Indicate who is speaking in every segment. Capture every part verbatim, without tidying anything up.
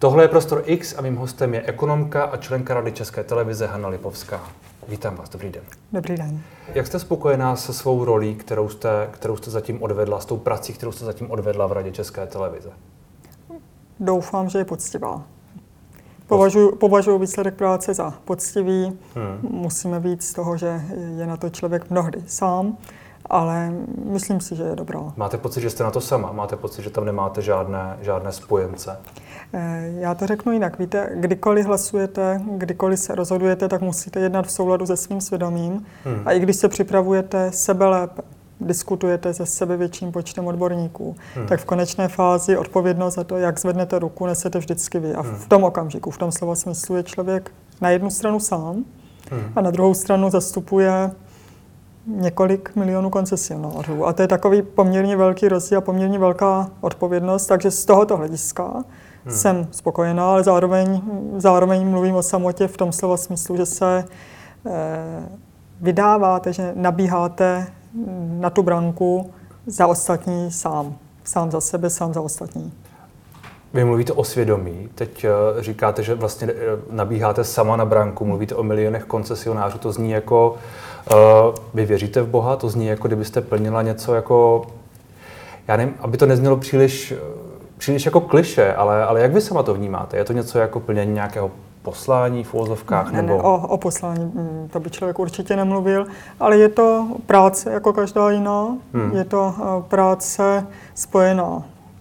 Speaker 1: Tohle je Prostor X a mým hostem je ekonomka a členka Rady České televize Hana Lipovská. Vítám vás, dobrý den.
Speaker 2: Dobrý den.
Speaker 1: Jak jste spokojená se svou rolí, kterou jste, kterou jste zatím odvedla, s tou prací, kterou jste zatím odvedla v Radě České televize?
Speaker 2: Doufám, že je poctivá. Považuji, považuji výsledek práce za poctivý. Hmm. Musíme víc z toho, že je na to člověk mnohdy sám, ale myslím si, že je dobrá.
Speaker 1: Máte pocit, že jste na to sama? Máte pocit, že tam nemáte žádné, žádné spojence?
Speaker 2: Já to řeknu jinak. Víte, kdykoliv hlasujete, kdykoliv se rozhodujete, tak musíte jednat v souladu se svým svědomím. Hmm. A i když se připravujete sebelépe, diskutujete se sebevětším počtem odborníků, hmm. tak v konečné fázi odpovědnost za to, jak zvednete ruku, nesete vždycky vy. A v hmm. tom okamžiku, v tom slova smyslu je člověk na jednu stranu sám hmm. a na druhou stranu zastupuje několik milionů koncesionářů. A to je takový poměrně velký rozdíl a poměrně velká odpovědnost, takže z tohoto hlediska hmm. jsem spokojená, ale zároveň, zároveň mluvím o samotě v tom slova smyslu, že se eh, vydáváte, že nabíháte na tu branku za ostatní sám. Sám za sebe, sám za ostatní.
Speaker 1: Vy mluvíte o svědomí. Teď uh, říkáte, že vlastně nabíháte sama na branku. Mluvíte o milionech koncesionářů. To zní jako, uh, vy věříte v Boha? To zní jako, kdybyste plnila něco jako, já nevím, aby to neznělo příliš, příliš jako kliše, ale, ale jak vy sama to vnímáte? Je to něco jako plnění nějakého poslání v uvozovkách?
Speaker 2: Ne,
Speaker 1: nebo...
Speaker 2: ne, o, o poslání to by člověk určitě nemluvil, ale je to práce jako každá jiná. Hmm. Je to práce spojená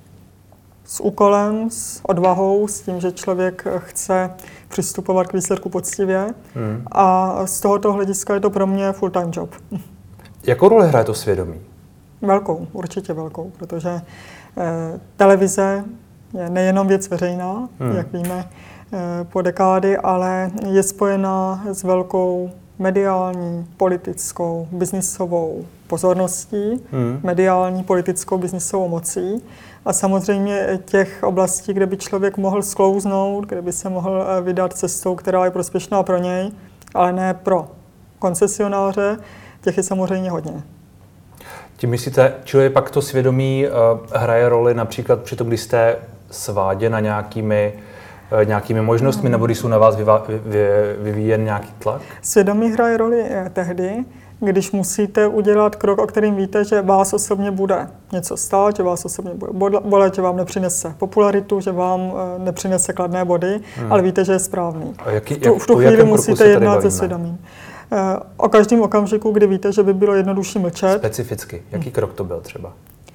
Speaker 2: s úkolem, s odvahou, s tím, že člověk chce přistupovat k výsledku poctivě. Hmm. A z tohoto hlediska je to pro mě full-time job.
Speaker 1: Jakou roli hraje to svědomí?
Speaker 2: Velkou, určitě velkou, protože eh, televize je nejenom věc veřejná, hmm. jak víme, po dekády, ale je spojená s velkou mediální, politickou, biznisovou pozorností, hmm. mediální, politickou, biznisovou mocí a samozřejmě těch oblastí, kde by člověk mohl sklouznout, kde by se mohl vydat cestou, která je prospěšná pro něj, ale ne pro koncesionáře, těch je samozřejmě hodně.
Speaker 1: Tím myslíte, čili pak to svědomí uh, hraje roli například při tom, když jste sváděna nějakými nějakými možnostmi, nebo když jsou na vás vyvá, vy, vyvíjen nějaký tlak?
Speaker 2: Svědomí hraje roli tehdy, když musíte udělat krok, o kterým víte, že vás osobně bude něco stát, že vás osobně bude bolet, že vám nepřinese popularitu, že vám nepřinese kladné body, hmm. ale víte, že je správný.
Speaker 1: A jaký,
Speaker 2: v tu, v tu chvíli musíte jednat se svědomím. O každém okamžiku, kdy víte, že by bylo jednodušší mlčet.
Speaker 1: Specificky. Jaký hmm. krok to byl třeba?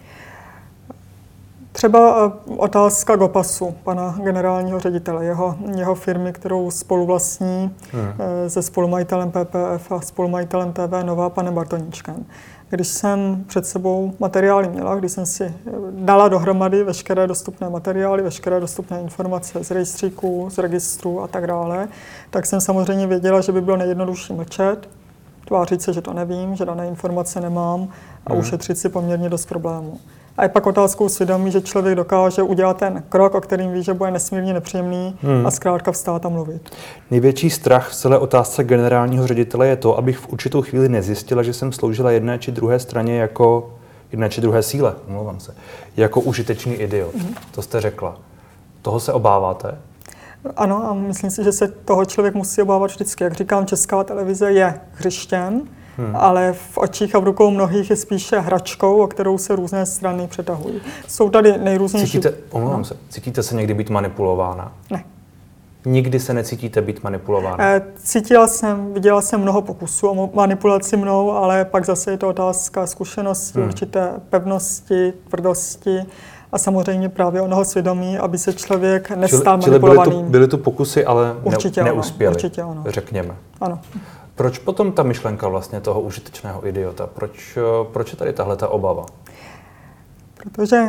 Speaker 2: Třeba otázka Gopasu, pana generálního ředitele, jeho, jeho firmy, kterou spoluvlastní hmm. se spolumajitelem P P F a spolumajitelem T V Nova, panem Bartoníčkem. Když jsem před sebou materiály měla, když jsem si dala dohromady veškeré dostupné materiály, veškeré dostupné informace z rejstříků, z registrů a tak dále, tak jsem samozřejmě věděla, že by bylo nejjednodušší mlčet, tvářit se, že to nevím, že dané informace nemám a hmm. ušetřit si poměrně dost problémů. A je pak otázkou svědomí, že člověk dokáže udělat ten krok, o kterým ví, že bude nesmírně nepříjemný hmm. a zkrátka vstát a mluvit.
Speaker 1: Největší strach v celé otázce generálního ředitele je to, abych v určitou chvíli nezjistila, že jsem sloužila jedné či druhé straně jako jedné či druhé síle, omlouvám se, jako užitečný idiot. Hmm. To jste řekla. Toho se obáváte?
Speaker 2: Ano, a myslím si, že se toho člověk musí obávat vždycky. Jak říkám, Česká televize je hřištěm, Hmm. ale v očích a v rukou mnohých je spíše hračkou, o kterou se různé strany přetahují. Jsou tady nejrůznější...
Speaker 1: Cítíte, omlouvám no. se, cítíte se někdy být manipulována?
Speaker 2: Ne.
Speaker 1: Nikdy se necítíte být manipulována?
Speaker 2: E, cítila jsem, viděla jsem mnoho pokusů o manipulaci mnou, ale pak zase je to otázka zkušenosti, hmm. určité pevnosti, tvrdosti a samozřejmě právě onoho svědomí, aby se člověk nestal
Speaker 1: čili,
Speaker 2: manipulovaným.
Speaker 1: Čili byly tu, byly tu pokusy, ale
Speaker 2: určitě
Speaker 1: ne, neuspěly,
Speaker 2: ano, určitě ano.
Speaker 1: řekněme.
Speaker 2: Ano.
Speaker 1: Proč potom ta myšlenka vlastně toho užitečného idiota? Proč, proč je tady tahle ta obava?
Speaker 2: Protože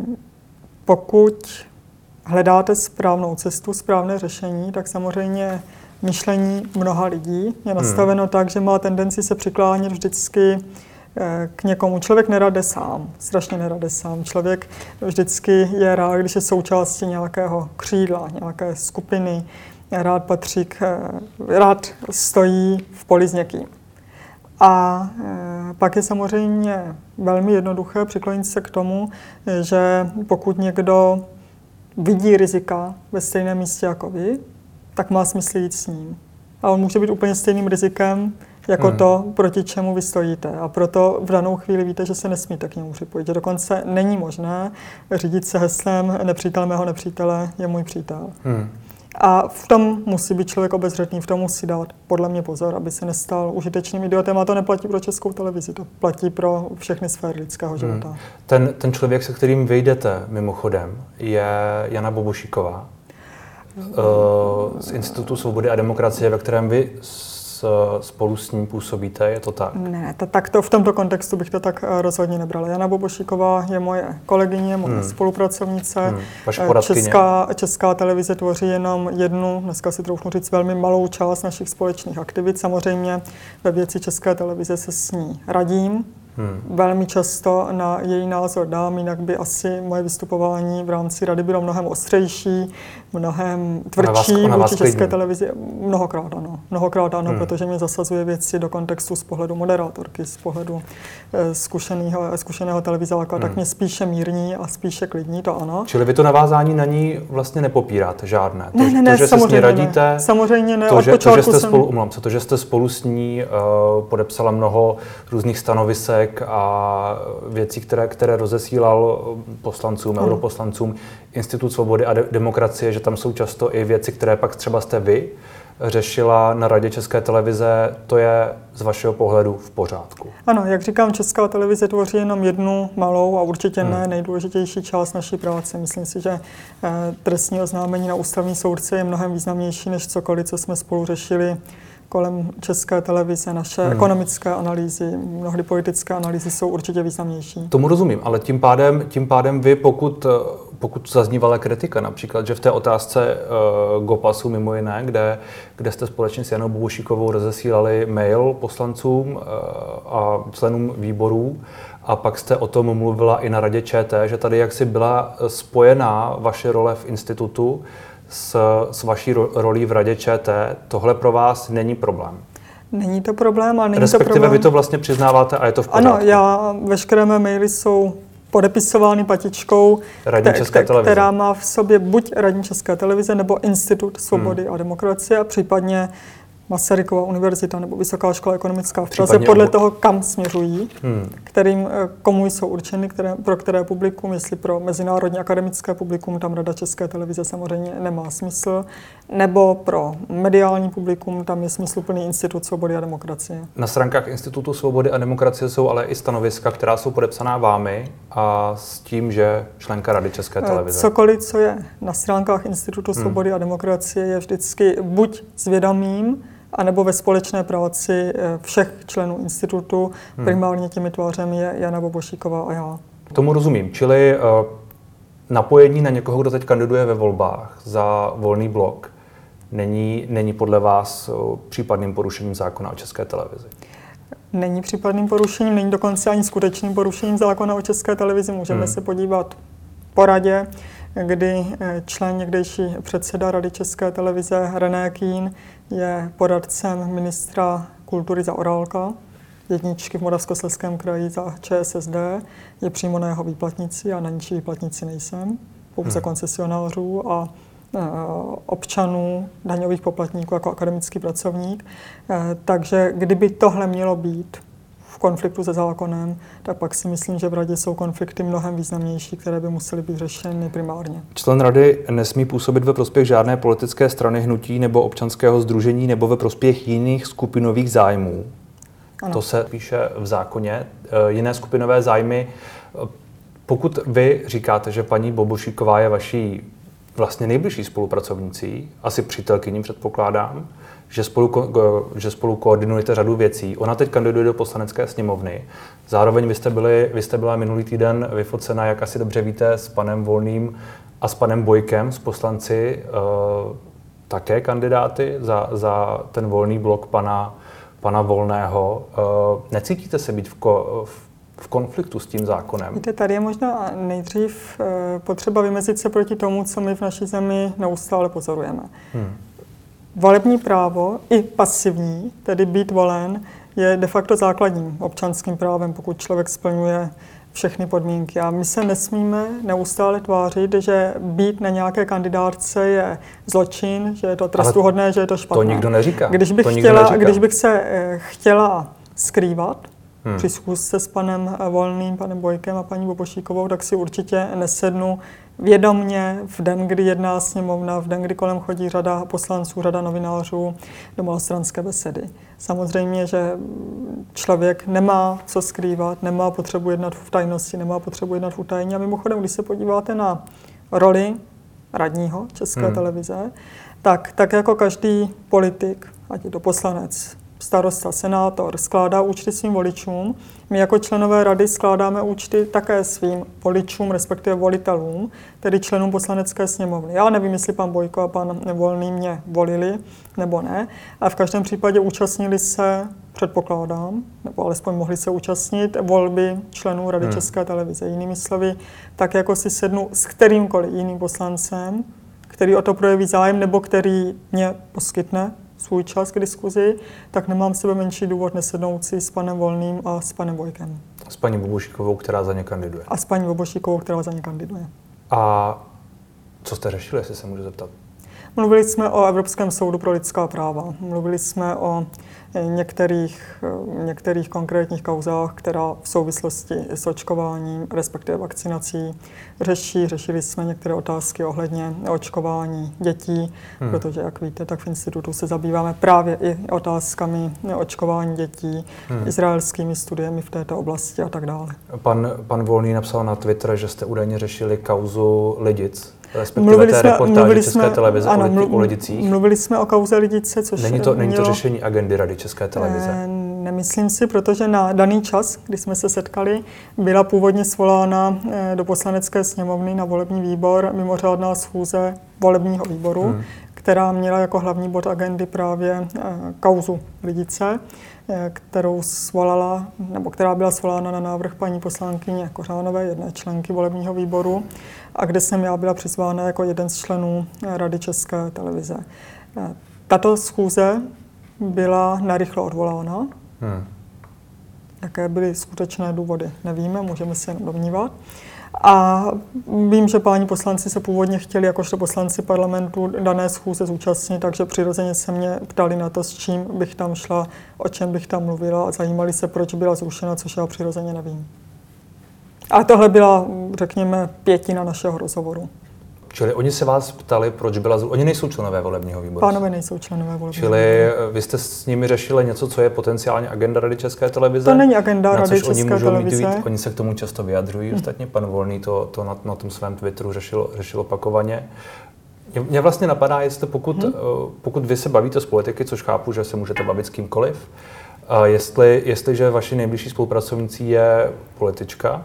Speaker 2: pokud hledáte správnou cestu, správné řešení, tak samozřejmě myšlení mnoha lidí je nastaveno hmm. tak, že má tendenci se přiklánět vždycky k někomu. Člověk nerad jde sám, strašně nerad jde sám. Člověk vždycky je rád, když je součástí nějakého křídla, nějaké skupiny, rád patří k, rád stojí v poli s někým. A e, pak je samozřejmě velmi jednoduché přiklonit se k tomu, že pokud někdo vidí rizika ve stejném místě jako vy, tak má smysl jít s ním. A on může být úplně stejným rizikem, jako hmm. to, proti čemu vy stojíte. A proto v danou chvíli víte, že se nesmíte k němu připojit. Že dokonce není možné řídit se heslem nepřítel mého nepřítele je můj přítel. Hmm. A v tom musí být člověk obezřetný, v tom musí dát podle mě pozor, aby se nestal užitečným idiotem. A to neplatí pro Českou televizi, to platí pro všechny sféry lidského života. Hmm.
Speaker 1: Ten, ten člověk, se kterým vyjdete mimochodem, je Jana Bobošíková hmm. z Institutu svobody a demokracie, ve kterém vy spolu s ním působíte, je to tak?
Speaker 2: Ne, to, tak to v tomto kontextu bych to tak rozhodně nebrala. Jana Bobošíková je moje kolegyně, moje hmm. spolupracovnice. Hmm. Česká, Česká televize tvoří jenom jednu, dneska si troufnu říct, velmi malou část našich společných aktivit. Samozřejmě ve věci České televize se s ní radím. Hmm. Velmi často na její názor dám, jinak by asi moje vystupování v rámci rady bylo mnohem ostřejší, mnohem tvrdší vůči České televizi. Mnohokrát ano, mnohokrát ano, hmm. protože mě zasazuje věci do kontextu z pohledu moderátorky, z pohledu eh, zkušeného, zkušeného televizáka, hmm. tak mě spíše mírní a spíše klidní, to ano.
Speaker 1: Čili vy to navázání na ní vlastně nepopíráte žádné? To,
Speaker 2: ne, ne, ne,
Speaker 1: to, že se s ní radíte,
Speaker 2: ne. Samozřejmě ne.
Speaker 1: To, že, to, že jste
Speaker 2: jsem...
Speaker 1: spolu, umlám se, to, že jste spolu s ní uh, podepsala mnoho různých stanovisek a věcí, které, které rozesílal poslancům, hmm. europoslancům Institut svobody a de- demokracie, že tam jsou často i věci, které pak třeba jste vy řešila na Radě České televize, to je z vašeho pohledu v pořádku?
Speaker 2: Ano, jak říkám, Česká televize tvoří jenom jednu malou a určitě ne hmm. nejdůležitější část naší práce. Myslím si, že trestní oznámení na ústavní soudce je mnohem významnější než cokoliv, co jsme spolu řešili kolem České televize. Naše hmm. ekonomické analýzy, mnohdy politické analýzy jsou určitě významnější.
Speaker 1: Tomu rozumím, ale tím pádem, tím pádem vy, pokud, pokud zaznívala kritika, například, že v té otázce uh, Gopasu mimo jiné, kde, kde jste společně s Janou Bobošíkovou rozesílali mail poslancům uh, a členům výborů, a pak jste o tom mluvila i na Radě ČT, že tady jaksi byla spojená vaše role v institutu S, s vaší ro, rolí v Radě ČT, tohle pro vás není problém?
Speaker 2: Není to problém, ale není
Speaker 1: Respektive
Speaker 2: to problém.
Speaker 1: Vy to vlastně přiznáváte a je to v pořádku?
Speaker 2: Ano, já, veškeré mé maily jsou podepisovány patičkou,
Speaker 1: Radní České televize,
Speaker 2: která má v sobě buď Radní České televize nebo Institut svobody hmm. a demokracie a případně Masarykova univerzita nebo Vysoká škola ekonomická v Praze, podle obu... toho, kam směřují, hmm. kterým, komu jsou určeny, které, pro které publikum, jestli pro mezinárodní akademické publikum, tam Rada České televize samozřejmě nemá smysl, nebo pro mediální publikum, tam je smysluplný Institut svobody a demokracie.
Speaker 1: Na stránkách Institutu svobody a demokracie jsou ale i stanoviska, která jsou podepsaná vámi a s tím, že členka Rady České televize.
Speaker 2: Cokoliv, co je na stránkách Institutu svobody hmm. a demokracie, je vždycky buď s vědomím, anebo ve společné práci všech členů institutu. Hmm. Primárně těmi tvářemi je Jana Bobošíková a já.
Speaker 1: Tomu rozumím. Čili uh, napojení na někoho, kdo teď kandiduje ve volbách za Volný blok, není, není podle vás uh, případným porušením zákona o České televizi?
Speaker 2: Není případným porušením, není dokonce ani skutečným porušením zákona o České televizi. Můžeme hmm. se podívat po radě, kdy člen, někdejší předseda Rady České televize René Kühn je poradcem ministra kultury Zaorálka, jedničky v Moravskoslezském kraji za ČSSD, je přímo na jeho výplatnici, já na ničí výplatnici nejsem, pouze hmm. koncesionářů a občanů, daňových poplatníků jako akademický pracovník. Takže kdyby tohle mělo být v konfliktu se zákonem, tak pak si myslím, že v radě jsou konflikty mnohem významnější, které by musely být řešeny primárně.
Speaker 1: Člen rady nesmí působit ve prospěch žádné politické strany, hnutí nebo občanského sdružení nebo ve prospěch jiných skupinových zájmů. Ano. To se píše v zákoně. Jiné skupinové zájmy. Pokud vy říkáte, že paní Bobošíková je vaší vlastně nejbližší spolupracovnicí, asi přítelkyní předpokládám, že spolu, že spolu koordinujete řadu věcí. Ona teď kandiduje do Poslanecké sněmovny. Zároveň vy jste, byli, vy jste byla minulý týden vyfocena, jak asi dobře víte, s panem Volným a s panem Bojkem, s poslanci, uh, také kandidáty za, za ten Volný blok pana, pana Volného. Uh, necítíte se být v, ko, v v konfliktu s tím zákonem?
Speaker 2: Víte, tady je možná nejdřív e, potřeba vymezit se proti tomu, co my v naší zemi neustále pozorujeme. Hmm. Volební právo, i pasivní, tedy být volen, je de facto základním občanským právem, pokud člověk splňuje všechny podmínky. A my se nesmíme neustále tvářit, že být na nějaké kandidátce je zločin, že je to trestuhodné, že je to špatné.
Speaker 1: To nikdo neříká.
Speaker 2: Když bych,
Speaker 1: to
Speaker 2: chtěla,
Speaker 1: neříká.
Speaker 2: když bych se chtěla skrývat
Speaker 1: hmm.
Speaker 2: při schůzce s panem Volným, panem Bojkem a paní Bobošíkovou, tak si určitě nesednu vědomně v den, kdy jedná sněmovna, v den, kdy kolem chodí řada poslanců, řada novinářů do malostranské besedy. Samozřejmě, že člověk nemá co skrývat, nemá potřebu jednat v tajnosti, nemá potřebu jednat v utajení. A mimochodem, když se podíváte na roli radního České hmm. televize, tak, tak jako každý politik, ať je to poslanec, starosta, senátor, skládá účty svým voličům. My jako členové rady skládáme účty také svým voličům, respektive volitelům, tedy členům poslanecké sněmovny. Já nevím, jestli pan Bojko a pan Volný mě volili nebo ne, ale v každém případě účastnili se, předpokládám, nebo alespoň mohli se účastnit volby členů Rady hmm. České televize. Jinými slovy, tak jako si sednu s kterýmkoliv jiným poslancem, který o to projeví zájem nebo který mě poskytne svůj čas k diskuzi, tak nemám sebe menší důvod nesednout si s panem Volným a s panem Bojkem.
Speaker 1: S paní Bobošíkovou, která za ně kandiduje.
Speaker 2: A s paní Bobošíkovou, která za ně kandiduje.
Speaker 1: A co jste řešili, jestli se můžu zeptat?
Speaker 2: Mluvili jsme o Evropském soudu pro lidská práva. Mluvili jsme o některých, některých konkrétních kauzách, která v souvislosti s očkováním, respektive vakcinací řeší. Řešili jsme některé otázky ohledně očkování dětí, hmm. protože, jak víte, tak v institutu se zabýváme právě i otázkami očkování dětí, hmm. izraelskými studiemi v této oblasti a tak dále.
Speaker 1: Pan, pan Volný napsal na Twitter, že jste údajně řešili kauzu Lidic, respektive
Speaker 2: mluvili
Speaker 1: té
Speaker 2: jsme,
Speaker 1: reportáži České
Speaker 2: jsme,
Speaker 1: televize
Speaker 2: ano,
Speaker 1: o, lidi, o Lidicích.
Speaker 2: Mluvili jsme o kauze Lidice, což
Speaker 1: Není to, není to
Speaker 2: mělo,
Speaker 1: řešení agendy Rady České televize?
Speaker 2: Eh, nemyslím si, protože na daný čas, kdy jsme se setkali, byla původně svolána eh, do poslanecké sněmovny na volební výbor mimořádná schůze volebního výboru, hmm. která měla jako hlavní bod agendy právě eh, kauzu Lidice, eh, kterou svolala, nebo která byla svolána na návrh paní poslankyně Kořánové, jedné členky volebního výboru, a kde jsem já byla přizvána jako jeden z členů Rady České televize. Tato schůze byla narychlo odvolána. Hmm. Jaké byly skutečné důvody, nevíme, můžeme se jen domnívat. A vím, že páni poslanci se původně chtěli, jakožto poslanci parlamentu, dané schůze zúčastnit, takže přirozeně se mě ptali na to, s čím bych tam šla, o čem bych tam mluvila a zajímali se, proč byla zrušena, což já přirozeně nevím. A tohle byla, řekněme, pětina našeho rozhovoru.
Speaker 1: Čili oni se vás ptali, proč byla zrušena? Oni nejsou členové volebního výboru?
Speaker 2: Pánové nejsou členové volebního
Speaker 1: Čili
Speaker 2: výboru.
Speaker 1: Vy jste s nimi řešili něco, co je potenciálně agenda Rady České televize?
Speaker 2: To není agenda Rady České
Speaker 1: oni
Speaker 2: televize.
Speaker 1: Mít, oni se k tomu často vyjadřují. Hmm. Ostatně pan Volný to, to na, na tom svém Twitteru řešil, řešil opakovaně. Mě vlastně napadá, jestli pokud, hmm. pokud vy se bavíte z politiky, což chápu, že se můžete bavit s kýmkoliv, jestli, jestliže vaši nejbližší spolupracovnící je politička,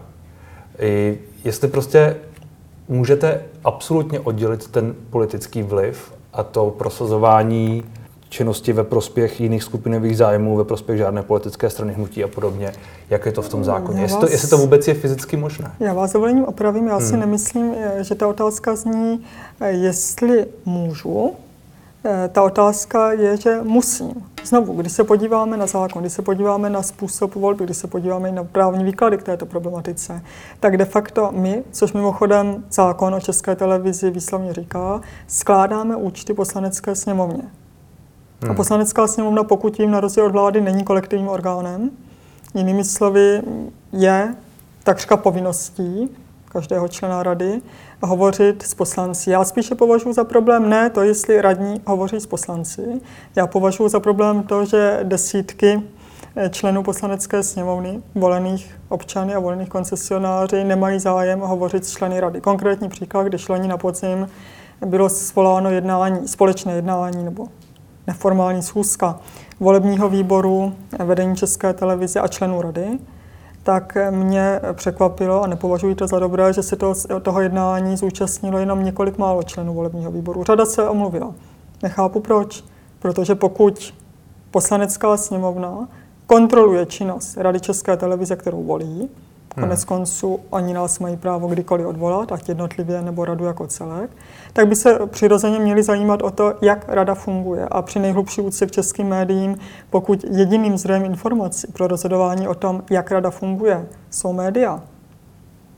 Speaker 1: i jestli prostě můžete absolutně oddělit ten politický vliv a to prosazování činnosti ve prospěch jiných skupinových zájmů, ve prospěch žádné politické strany, hnutí a podobně. Jak je to v tom zákoně? Vás, jestli, to, jestli to vůbec je fyzicky možné? Já
Speaker 2: vás dovolením opravím. Já hmm. si nemyslím, že ta otázka zní, jestli můžu. Ta otázka je, že musím. Znovu, když se podíváme na zákon, když se podíváme na způsob volby, když se podíváme na právní výklady k této problematice, tak de facto my, což mimochodem zákon o České televizi výslovně říká, skládáme účty poslanecké sněmovně. Hmm. A poslanecká sněmovna, pokud vím, na rozdíl od vlády, není kolektivním orgánem. Jinými slovy, je takřka povinností každého člena rady hovořit s poslanci. Já spíše považuji za problém ne to, jestli radní hovoří s poslanci. Já považuji za problém to, že desítky členů poslanecké sněmovny, volených občany a volených koncesionáři, nemají zájem hovořit s členy rady. Konkrétní příklad, když loni na podzim bylo svoláno jednání, společné jednání nebo neformální schůzka volebního výboru, vedení České televize a členů rady, tak mě překvapilo a nepovažuji to za dobré, že se to, toho jednání zúčastnilo jenom několik málo členů volebního výboru. Řada se omluvila. Nechápu proč. Protože pokud poslanecká sněmovna kontroluje činnost Rady České televize, kterou volí, konec konců oni nás mají právo kdykoliv odvolat, ať jednotlivě nebo radu jako celek, tak by se přirozeně měli zajímat o to, jak rada funguje. A při nejhlubší úctě k českým médiím, pokud jediným zdrojem informací pro rozhodování o tom, jak rada funguje, jsou média,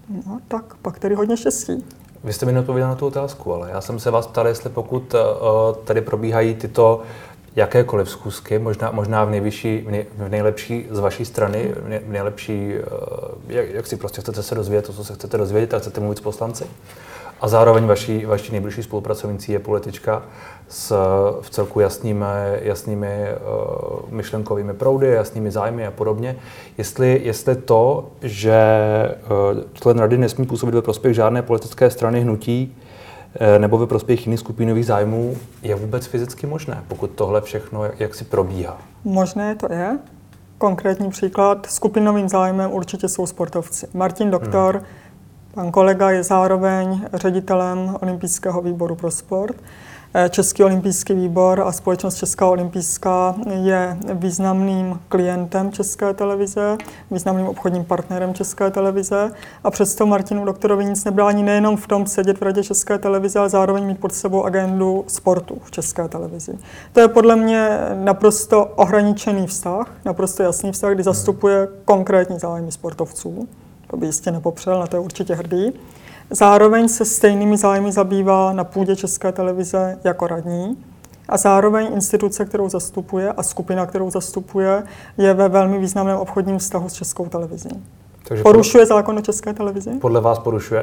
Speaker 2: No tak, pak tedy hodně štěstí.
Speaker 1: Vy jste mi neodpověděl na tu otázku, ale já jsem se vás ptal, jestli pokud uh, tady probíhají tyto jakékoliv schůzky, možná, možná v, nejvyšší, v, nej, v nejlepší z vaší strany, v, nej, v nejlepší, uh, jak, jak si prostě chcete se dozvědět to, co se chcete dozvědět a chcete mluvit s poslanci. A zároveň vaši, vaši nejbližší spolupracovníci je politička s v celku jasnými, jasnými uh, myšlenkovými proudy, jasnými zájmy a podobně. Jestli, jestli to, že uh, člen rady nesmí působit ve prospěch žádné politické strany, hnutí uh, nebo ve prospěch jiných skupinových zájmů, je vůbec fyzicky možné, pokud tohle všechno jak, jak si probíhá? Možné
Speaker 2: to je. Konkrétní příklad, skupinovým zájmem určitě jsou sportovci. Martin Doktor, hmm. Pan kolega je zároveň ředitelem Olympijského výboru pro sport. Český olympijský výbor a společnost Česká olympijská je významným klientem České televize, významným obchodním partnerem České televize a přesto Martinu Doktorovi nic nebrání nejenom v tom sedět v radě České televize, ale zároveň mít pod sebou agendu sportu v České televizi. To je podle mě naprosto ohraničený vztah, naprosto jasný vztah, kdy zastupuje konkrétní zájmy sportovců. To by jistě nepopřel, na to je určitě hrdý. Zároveň se stejnými zájmy zabývá na půdě České televize jako radní a zároveň instituce, kterou zastupuje a skupina, kterou zastupuje, je ve velmi významném obchodním vztahu s Českou televizí. Takže porušuje podle, zákon o České televizi?
Speaker 1: Podle vás porušuje?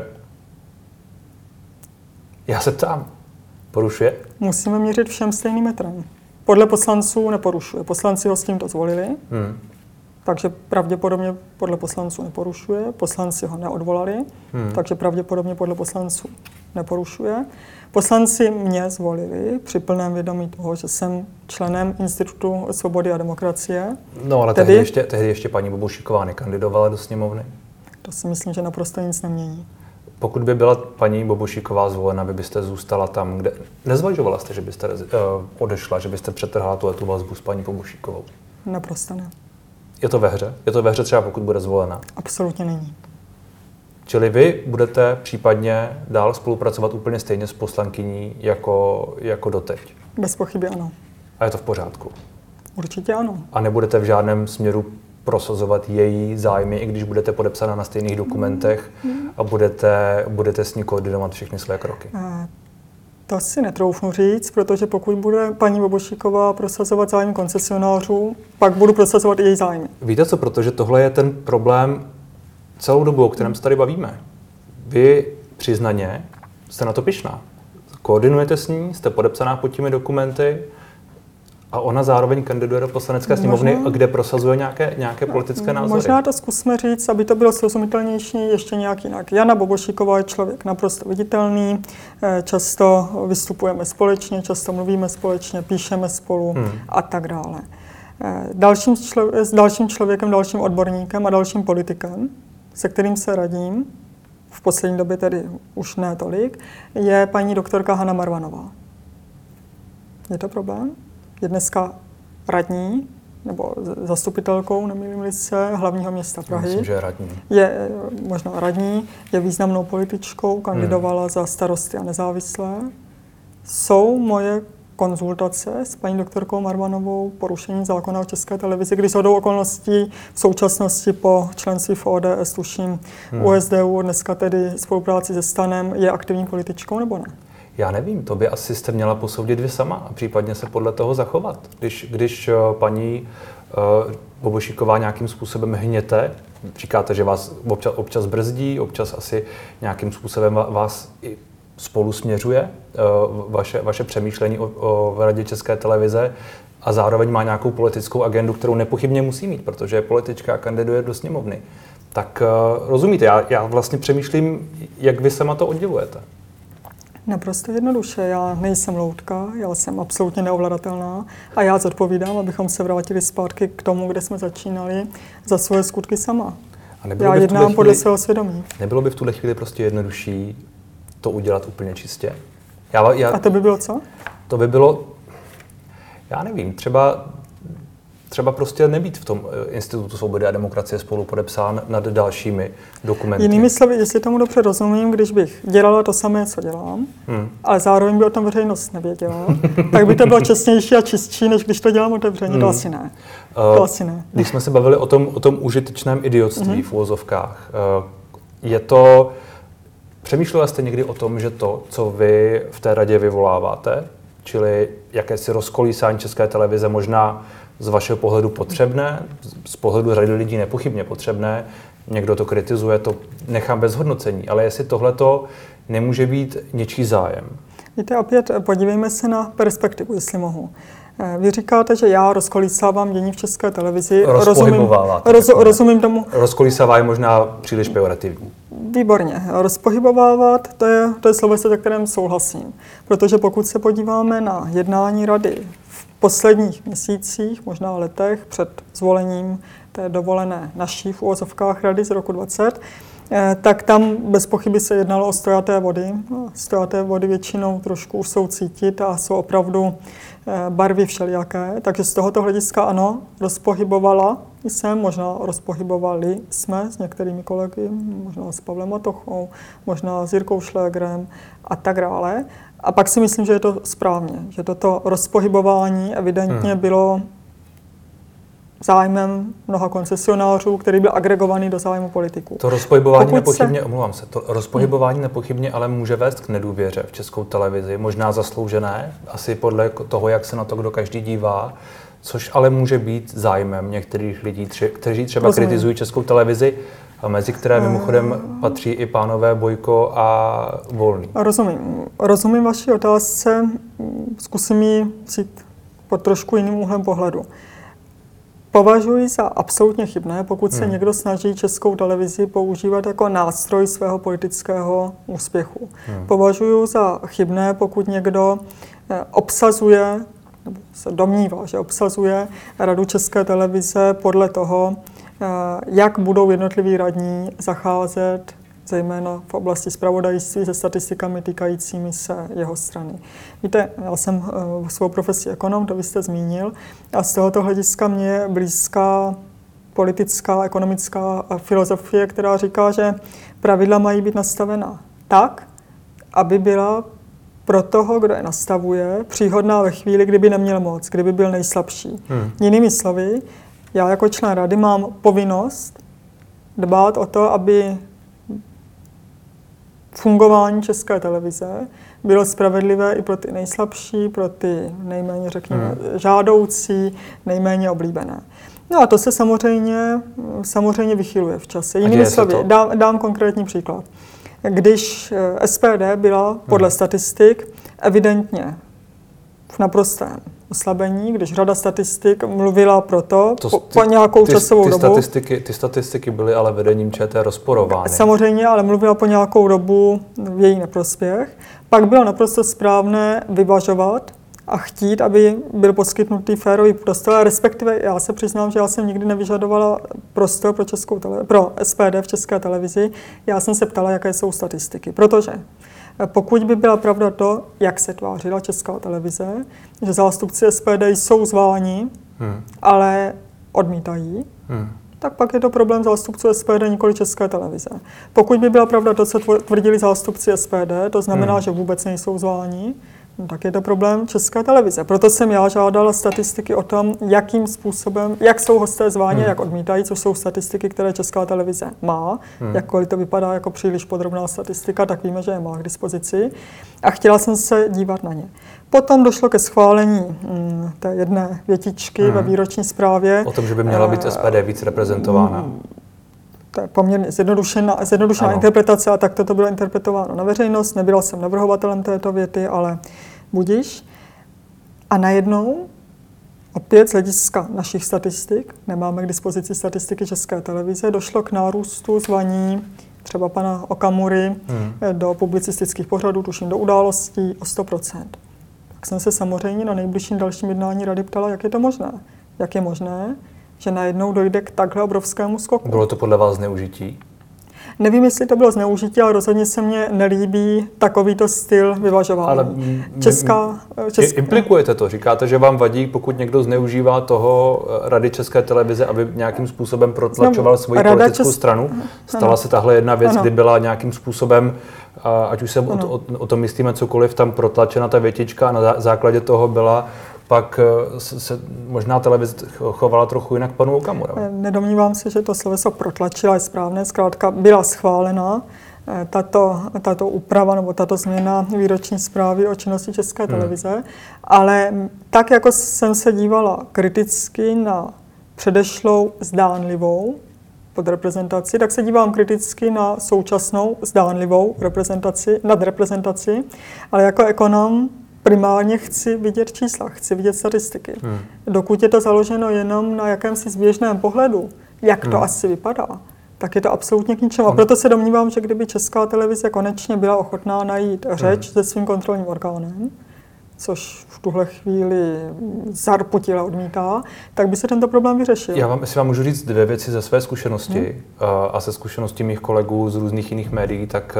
Speaker 1: Já se ptám. Porušuje?
Speaker 2: Musíme měřit všem stejným metrem. Podle poslanců neporušuje. Poslanci ho s tímto zvolili. Hmm. Takže pravděpodobně podle poslanců neporušuje, poslanci ho neodvolali, hmm. takže pravděpodobně podle poslanců neporušuje. Poslanci mě zvolili při plném vědomí toho, že jsem členem Institutu svobody a demokracie.
Speaker 1: No ale tehdy, tehdy, ještě, tehdy ještě paní Bobošíková nekandidovala do sněmovny.
Speaker 2: To si myslím, že naprosto nic nemění.
Speaker 1: Pokud by byla paní Bobošíková zvolena, by byste zůstala tam, kde... Nezvažovala jste, že byste uh, odešla, že byste přetrhla tu vazbu s paní Bobošíkovou?
Speaker 2: Naprosto ne.
Speaker 1: Je to ve hře? Je to ve hře třeba, pokud bude zvolena?
Speaker 2: Absolutně není.
Speaker 1: Čili vy budete případně dál spolupracovat úplně stejně s poslankyní jako, jako doteď?
Speaker 2: Bez pochyby ano.
Speaker 1: A je to v pořádku?
Speaker 2: Určitě ano.
Speaker 1: A nebudete v žádném směru prosazovat její zájmy, i když budete podepsána na stejných dokumentech a budete, budete s ní koordinovat všechny své kroky?
Speaker 2: A to si netroufnu říct, protože pokud bude paní Bobošíková prosazovat zájmy koncesionářů, pak budu prosazovat i její zájmy.
Speaker 1: Víte co, protože tohle je ten problém celou dobu, o kterém se tady bavíme. Vy přiznaně jste na to pyšná. Koordinujete s ní, jste podepsaná pod těmi dokumenty a ona zároveň kandiduje do poslanecké sněmovny, kde prosazuje nějaké, nějaké politické názory.
Speaker 2: Možná to zkusme říct, aby to bylo srozumitelnější ještě nějak jinak. Jana Bobošíková je člověk naprosto viditelný, často vystupujeme společně, často mluvíme společně, píšeme spolu hmm. a tak dále. Dalším člo- s dalším člověkem, dalším odborníkem a dalším politikem, se kterým se radím, v poslední době tedy už ne tolik, je paní doktorka Hana Marvanová. Je to problém? Je dneska radní, nebo zastupitelkou, nemýlím-li se, hlavního města Prahy.
Speaker 1: Myslím, že je radní.
Speaker 2: Je možná radní, je významnou političkou, kandidovala hmm. za Starosty a nezávislé. Jsou moje konzultace s paní doktorkou Marvanovou porušení zákona o České televizi, kdy shodou okolností v současnosti po členství v O D S, tuším, hmm. U S D U, dneska tedy spolupráci se STANem, je aktivní političkou nebo ne?
Speaker 1: Já nevím, to by asi jste měla posoudit vy sama a případně se podle toho zachovat. Když, když paní uh, Bobošíková nějakým způsobem hněte, říkáte, že vás občas, občas brzdí, občas asi nějakým způsobem vás i spolu směřuje, uh, vaše, vaše přemýšlení o, o Radě České televize a zároveň má nějakou politickou agendu, kterou nepochybně musí mít, protože je politička a kandiduje do sněmovny. Tak uh, rozumíte, já, já vlastně přemýšlím, jak vy sama to oddělujete.
Speaker 2: Naprosto jednoduše. Já nejsem loutka, já jsem absolutně neovladatelná a já zodpovídám, abychom se vrátili zpátky k tomu, kde jsme začínali, za svoje skutky sama.
Speaker 1: A
Speaker 2: já jednám chvíli, podle svého svědomí.
Speaker 1: Nebylo by v tuhle chvíli prostě jednodušší to udělat úplně čistě? Já, já,
Speaker 2: a to by bylo co?
Speaker 1: To by bylo, já nevím, třeba... Třeba prostě nebýt v tom Institutu svobody a demokracie spolu podepsán nad dalšími dokumenty.
Speaker 2: Jinými slovy, jestli tomu dobře rozumím, když bych dělala to samé, co dělám, hmm. ale zároveň by o tom veřejnost nevěděla, tak by to bylo čestnější a čistší, než když to dělám otevřeně. Hmm. To asi ne. To uh, asi ne.
Speaker 1: Když jsme se bavili o tom, o tom užitečném idiotství hmm. v uvozovkách, uh, Je to... Přemýšlela jste někdy o tom, že to, co vy v té radě vyvoláváte, čili jakési rozkolísání České televize možná z vašeho pohledu potřebné, z pohledu řady lidí nepochybně potřebné, někdo to kritizuje, to nechám bez hodnocení, ale jestli tohleto nemůže být něčí zájem.
Speaker 2: Víte, opět podívejme se na perspektivu, jestli mohu. Vy říkáte, že já rozkolísávám dění v České televizi. Rozumím, roz, rozumím tomu.
Speaker 1: Rozkolísává je možná příliš pejorativní.
Speaker 2: Výborně. Rozpohybovávat, to je, to je slovo, se kterým souhlasím. Protože pokud se podíváme na jednání rady v posledních měsících, možná letech, před zvolením té dovolené naší v uvozovkách rady z roku dvacet, tak tam bez pochyby se jednalo o stojaté vody. Stojaté vody většinou trošku už jsou cítit a jsou opravdu barvy všelijaké. Takže z tohoto hlediska ano, rozpohybovala jsem, možná rozpohybovali jsme s některými kolegy, možná s Pavlem Matochou, možná s Jirkou Šlégrem a tak dále. A pak si myslím, že je to správně, že toto rozpohybování evidentně hmm. bylo zájmem mnoha koncesionářů, který byl agregovaný do zájmu politiků.
Speaker 1: To rozpohybování nepochybně, se... omlouvám se, to rozpohybování nepochybně ale může vést k nedůvěře v Českou televizi, možná zasloužené, asi podle toho, jak se na to kdo každý dívá, což ale může být zájmem některých lidí, tři, kteří třeba Rozumím. kritizují Českou televizi, a mezi které mimochodem patří i pánové Bojko a Volný.
Speaker 2: Rozumím. Rozumím vaší otázce, zkusím ji cít pod trošku jiným úhlem pohledu. Považuji za absolutně chybné, pokud se hmm. někdo snaží Českou televizi používat jako nástroj svého politického úspěchu. Hmm. Považuji za chybné, pokud někdo obsazuje, nebo se domnívá, že obsazuje Radu České televize podle toho, jak budou jednotliví radní zacházet, zejména v oblasti zpravodajství, se statistikami týkajícími se jeho strany. Víte, já jsem svou profesí ekonom, to vy jste zmínil, a z tohoto hlediska mě je blízká politická, ekonomická filozofie, která říká, že pravidla mají být nastavena tak, aby byla pro toho, kdo je nastavuje, příhodná ve chvíli, kdyby neměl moc, kdyby byl nejslabší. Hmm. Jinými slovy, já jako člen rady mám povinnost dbát o to, aby fungování České televize bylo spravedlivé i pro ty nejslabší, pro ty nejméně, řekněme, hmm. žádoucí, nejméně oblíbené. No a to se samozřejmě, samozřejmě vychyluje v čase. Jinými slovy, dám, dám konkrétní příklad. Když S P D byla podle hmm. statistik evidentně v naprostém oslabení, když řada statistik mluvila proto to, po, ty, po nějakou
Speaker 1: ty,
Speaker 2: časovou
Speaker 1: ty
Speaker 2: dobu.
Speaker 1: Statistiky, ty statistiky byly ale vedením Č T rozporovány.
Speaker 2: Samozřejmě, ale mluvila po nějakou dobu v její neprospěch. Pak bylo naprosto správné vyvažovat a chtít, aby byl poskytnutý férový prostor. Respektive já se přiznám, že já jsem nikdy nevyžadovala prostor pro, českou tele, pro S P D v České televizi. Já jsem se ptala, jaké jsou statistiky. Protože pokud by byla pravda to, jak se tvářila Česká televize, že zástupci S P D jsou zváni, hmm. ale odmítají, hmm. tak pak je to problém zástupců S P D, nikoli České televize. Pokud by byla pravda to, co tvrdili zástupci S P D, to znamená, hmm. že vůbec nejsou zváni, no, tak je to problém České televize. Proto jsem já žádala statistiky o tom, jakým způsobem, jak jsou hosté zváni, hmm. jak odmítají, což jsou statistiky, které Česká televize má. Hmm. Jakkoliv to vypadá jako příliš podrobná statistika, tak víme, že je má k dispozici. A chtěla jsem se dívat na ně. Potom došlo ke schválení hm, té jedné větičky hmm. ve výroční zprávě.
Speaker 1: O tom, že by měla být S P D víc reprezentována. Hmm.
Speaker 2: To je poměrně zjednodušená, zjednodušená interpretace a takto to bylo interpretováno na veřejnost. Nebyla jsem navrhovatelem této věty, ale budiš. A najednou, opět z hlediska našich statistik, nemáme k dispozici statistiky České televize, došlo k nárůstu zvaní třeba pana Okamury hmm. do publicistických pořadů, tuším do událostí o sto procent. Tak jsem se samozřejmě na nejbližším dalším jednání rady ptala, jak je to možné. Jak je možné, že najednou dojde k takhle obrovskému skoku.
Speaker 1: Bylo to podle vás zneužití?
Speaker 2: Nevím, jestli to bylo zneužití, ale rozhodně se mně nelíbí takovýto styl vyvažování. Ale Česká, česká...
Speaker 1: implikujete to? Říkáte, že vám vadí, pokud někdo zneužívá toho Rady České televize, aby nějakým způsobem protlačoval no, svoji politickou Čes... stranu? Stala ano. se tahle jedna věc, ano. kdy byla nějakým způsobem, ať už se o, o, o tom myslíme cokoliv, tam protlačena ta větička a na základě toho byla pak se, se možná televize chovala trochu jinak panu Okamurovi.
Speaker 2: Nedomnívám se, že to sloveso protlačila, je správné, zkrátka byla schválena tato, tato úprava nebo tato změna výroční zprávy o činnosti České televize, hmm. ale tak, jako jsem se dívala kriticky na předešlou zdánlivou podreprezentaci, tak se dívám kriticky na současnou zdánlivou reprezentaci, nadreprezentaci, ale jako ekonom primárně chci vidět čísla, chci vidět statistiky. Hmm. Dokud je to založeno jenom na jakémsi zběžném pohledu, jak to hmm. asi vypadá, tak je to absolutně k ničemu. A proto se domnívám, že kdyby Česká televize konečně byla ochotná najít řeč hmm. se svým kontrolním orgánem, což v tuhle chvíli zarputila odmítá, tak by se tento problém vyřešil.
Speaker 1: Já vám, jestli vám můžu říct dvě věci ze své zkušenosti hmm. a ze zkušenosti mých kolegů z různých jiných médií, tak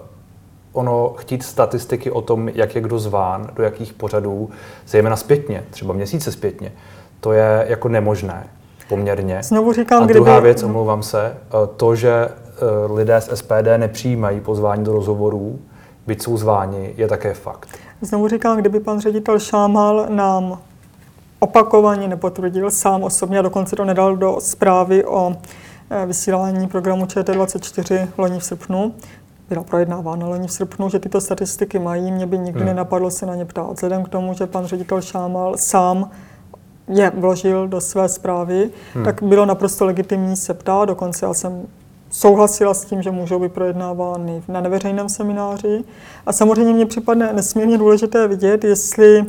Speaker 1: ono chtít statistiky o tom, jak je kdo zván, do jakých pořadů, zejména zpětně, třeba měsíce zpětně, to je jako nemožné poměrně.
Speaker 2: Znovu říkám,
Speaker 1: a druhá
Speaker 2: kdyby...
Speaker 1: věc, omlouvám se, to, že lidé z S P D nepřijímají pozvání do rozhovorů, byť jsou zváni, je také fakt.
Speaker 2: Znovu říkám, kdyby pan ředitel Šámal nám opakovaně nepotvrdil sám osobně, a dokonce to nedal do zprávy o vysílání programu Č T dvacet čtyři loni v srpnu, byla projednávána loni v srpnu, že tyto statistiky mají, mě by nikdy hmm. nenapadlo se na ně ptát. Vzhledem k tomu, že pan ředitel Šámal sám je vložil do své zprávy, hmm. tak bylo naprosto legitimní se ptát, dokonce já jsem souhlasila s tím, že můžou být projednávány na neveřejném semináři. A samozřejmě mně připadne nesmírně důležité vidět, jestli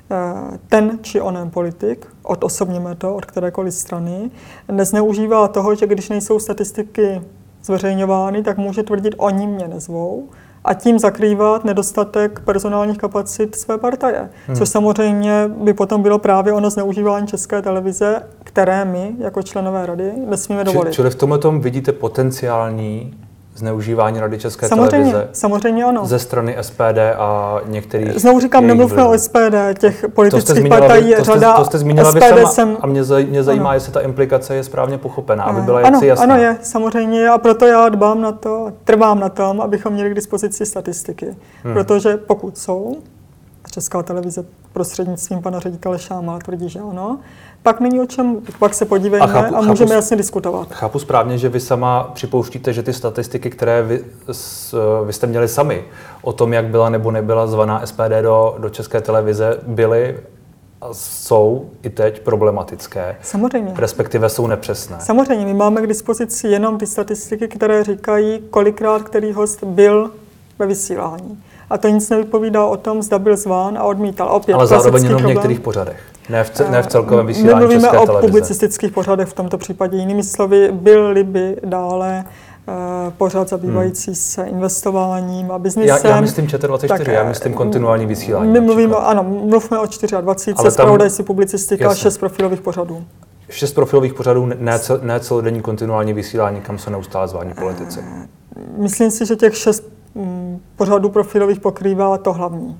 Speaker 2: ten či onen politik, odosobněme to od kterékoliv strany, nezneužívá toho, že když nejsou statistiky zveřejňovány, tak může tvrdit, oni mě nezvou, a tím zakrývat nedostatek personálních kapacit své partaje. Hmm. Což samozřejmě by potom bylo právě ono zneužívání České televize, které my, jako členové rady, nesmíme dovolit.
Speaker 1: Či, čili v tomhle tom vidíte potenciální zneužívání Rady České
Speaker 2: samozřejmě,
Speaker 1: televize
Speaker 2: samozřejmě ano.
Speaker 1: ze strany S P D a některých...
Speaker 2: Znovu říkám, nemluvme o S P D, těch politických partají je řada.
Speaker 1: To jste zmínila vy sama jsem... a mě, zaj, mě zajímá, ano. jestli ta implikace je správně pochopená, aby byla
Speaker 2: ano,
Speaker 1: jaksi jasná.
Speaker 2: Ano, je, samozřejmě, a proto já dbám na to, trvám na tom, abychom měli k dispozici statistiky. Hmm. Protože pokud jsou, Česká televize prostřednictvím pana ředitele Šámala tvrdí, že ano, pak není o čem, pak se podívejme a, chápu, a můžeme chápu, jasně diskutovat.
Speaker 1: Chápu správně, že vy sama připouštíte, že ty statistiky, které vy, s, vy jste měli sami o tom, jak byla nebo nebyla zvaná S P D do, do České televize, byly a jsou i teď problematické.
Speaker 2: Samozřejmě.
Speaker 1: Respektive jsou nepřesné.
Speaker 2: Samozřejmě, my máme k dispozici jenom ty statistiky, které říkají, kolikrát který host byl ve vysílání. A to nic nevypovídá o tom, zda byl zván a odmítal. Opět,
Speaker 1: ale zároveň jenom v některých pořadech, ne v, ce, ne v celkovém vysílání České televize.
Speaker 2: Nemluvíme o publicistických pořadech v tomto případě. Jinými slovy, byl by dále uh, pořad zabývající hmm. se investováním a biznisem.
Speaker 1: Já, já myslím Č T dvacet čtyři, tak, já myslím kontinuální vysílání.
Speaker 2: My mluvíme, ano, mluvíme o dvacet čtyři, zpravodajství, publicistika, jasně. šest profilových pořadů.
Speaker 1: Šest profilových pořadů, ne, cel, ne celodenní kontinuální vysílání, kam jsou neustále zváni politici.
Speaker 2: Uh, myslím si, že těch šest pořadů profilových pokrývá to hlavní.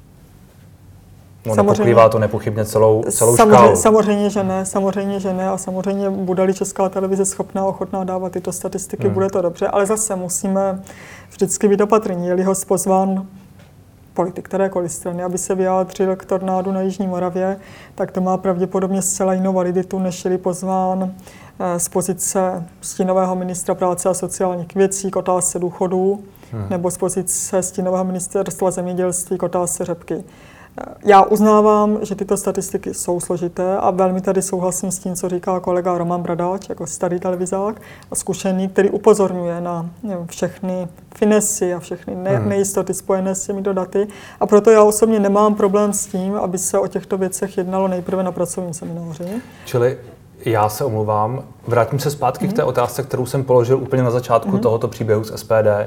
Speaker 1: No, nepokrývá to nepochybně celou, celou
Speaker 2: samozřejmě,
Speaker 1: škálu.
Speaker 2: Samozřejmě, že ne, samozřejmě, že ne a samozřejmě bude-li Česká televize schopná, ochotná dávat tyto statistiky, hmm. bude to dobře, ale zase musíme vždycky být opatrní. Je-li host pozván politik kterékoliv strany, aby se vyjádřil k tornádu na Jižní Moravě, tak to má pravděpodobně zcela jinou validitu, než je pozván z pozice stínového ministra práce a sociálních věcí k otázce důchodů, hmm. nebo z pozice stínového ministerstva zemědělství k otázce řepky. Já uznávám, že tyto statistiky jsou složité a velmi tady souhlasím s tím, co říká kolega Roman Bradáč, jako starý televizák a zkušený, který upozorňuje na nevím, všechny finesy a všechny ne- hmm. nejistoty spojené s těmito daty. A proto já osobně nemám problém s tím, aby se o těchto věcech jednalo nejprve na pracovním semináři.
Speaker 1: Čili já se omluvám, vrátím se zpátky mm-hmm. k té otázce, kterou jsem položil úplně na začátku mm-hmm. tohoto příběhu z S P D.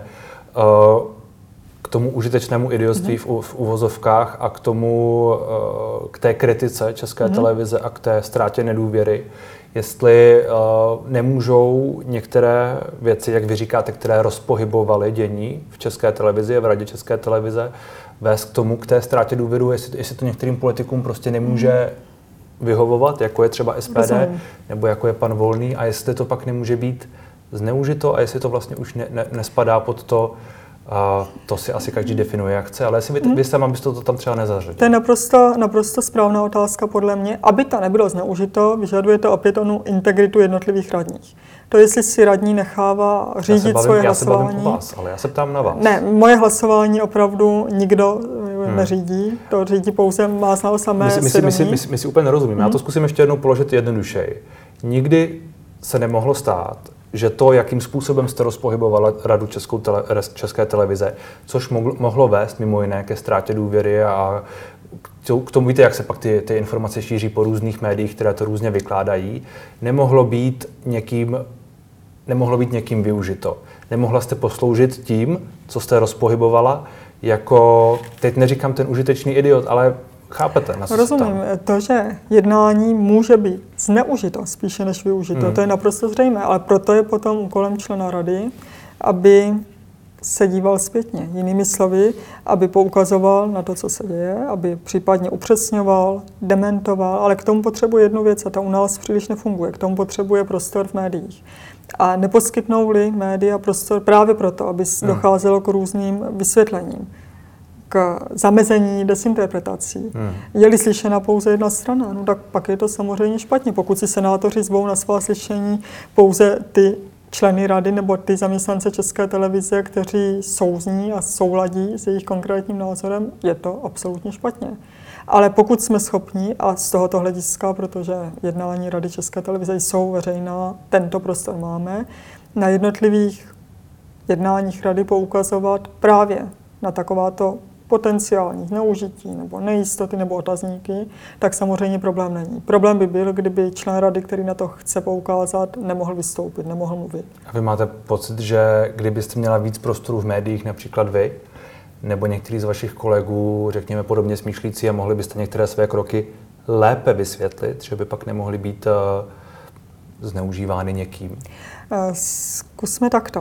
Speaker 1: K tomu užitečnému idiotství mm-hmm. v, v uvozovkách a k tomu, k té kritice České mm-hmm. televize a k té ztrátě nedůvěry. Jestli nemůžou některé věci, jak vy říkáte, které rozpohybovaly dění v České televizi a v Radě České televize, vést k tomu, k té ztrátě důvěru, jestli, jestli to některým politikům prostě nemůže mm-hmm. vyhovovat, jako je třeba S P D, Rozumím. nebo jako je pan Volný, a jestli to pak nemůže být zneužito a jestli to vlastně už ne, ne, nespadá pod to, Uh, to si asi každý definuje, jak chce, ale jestli vy, hmm. vy sama byste to tam třeba nezařadili.
Speaker 2: To je naprosto, naprosto správná otázka podle mě. Aby to nebylo zneužito, vyžaduje to opět onu integritu jednotlivých radních. To, jestli si radní nechává řídit
Speaker 1: bavím,
Speaker 2: svoje
Speaker 1: já
Speaker 2: hlasování.
Speaker 1: Já se bavím o vás, ale já se ptám na vás.
Speaker 2: Ne, moje hlasování opravdu nikdo hmm. neřídí. To řídí pouze má znal samé
Speaker 1: my si, my, si, my, si, my, si, my si úplně nerozumíme. Hmm. Já to zkusím ještě jednou položit jednodušeji. Nikdy se nemohlo stát, že to, jakým způsobem jste rozpohybovala Radu Českou tele, České televize, což mohlo vést mimo jiné ke ztrátě důvěry a k tomu víte, jak se pak ty, ty informace šíří po různých médiích, které to různě vykládají, nemohlo být někým, nemohlo být někým využito. Nemohla jste posloužit tím, co jste rozpohybovala, jako, teď neříkám ten užitečný idiot, ale chápete? Na
Speaker 2: Rozumím. To, že jednání může být zneužito spíše než využito, hmm. to je naprosto zřejmé, ale proto je potom úkolem člena rady, aby se díval zpětně. Jinými slovy, aby poukazoval na to, co se děje, aby případně upřesňoval, dementoval, ale k tomu potřebuje jednu věc a ta u nás příliš nefunguje. K tomu potřebuje prostor v médiích. A neposkytnou-li média prostor právě proto, aby hmm. docházelo k různým vysvětlením, k zamezení desinterpretací. Hmm. Je-li slyšena pouze jedna strana, no tak pak je to samozřejmě špatně. Pokud si senátoři zvou na svá slyšení pouze ty členy rady nebo ty zaměstnance České televize, kteří souzní a souladí s jejich konkrétním názorem, je to absolutně špatně. Ale pokud jsme schopni, a z tohoto hlediska, protože jednání Rady České televize jsou veřejná, tento prostor máme, na jednotlivých jednáních rady poukazovat právě na takováto potenciální zneužití nebo nejistoty nebo otazníky, tak samozřejmě problém není. Problém by byl, kdyby člen rady, který na to chce poukázat, nemohl vystoupit, nemohl mluvit.
Speaker 1: A vy máte pocit, že kdybyste měla víc prostoru v médiích, například vy, nebo některý z vašich kolegů, řekněme podobně smýšlící, a mohli byste některé své kroky lépe vysvětlit, že by pak nemohly být uh, zneužívány někým?
Speaker 2: Zkusme takto.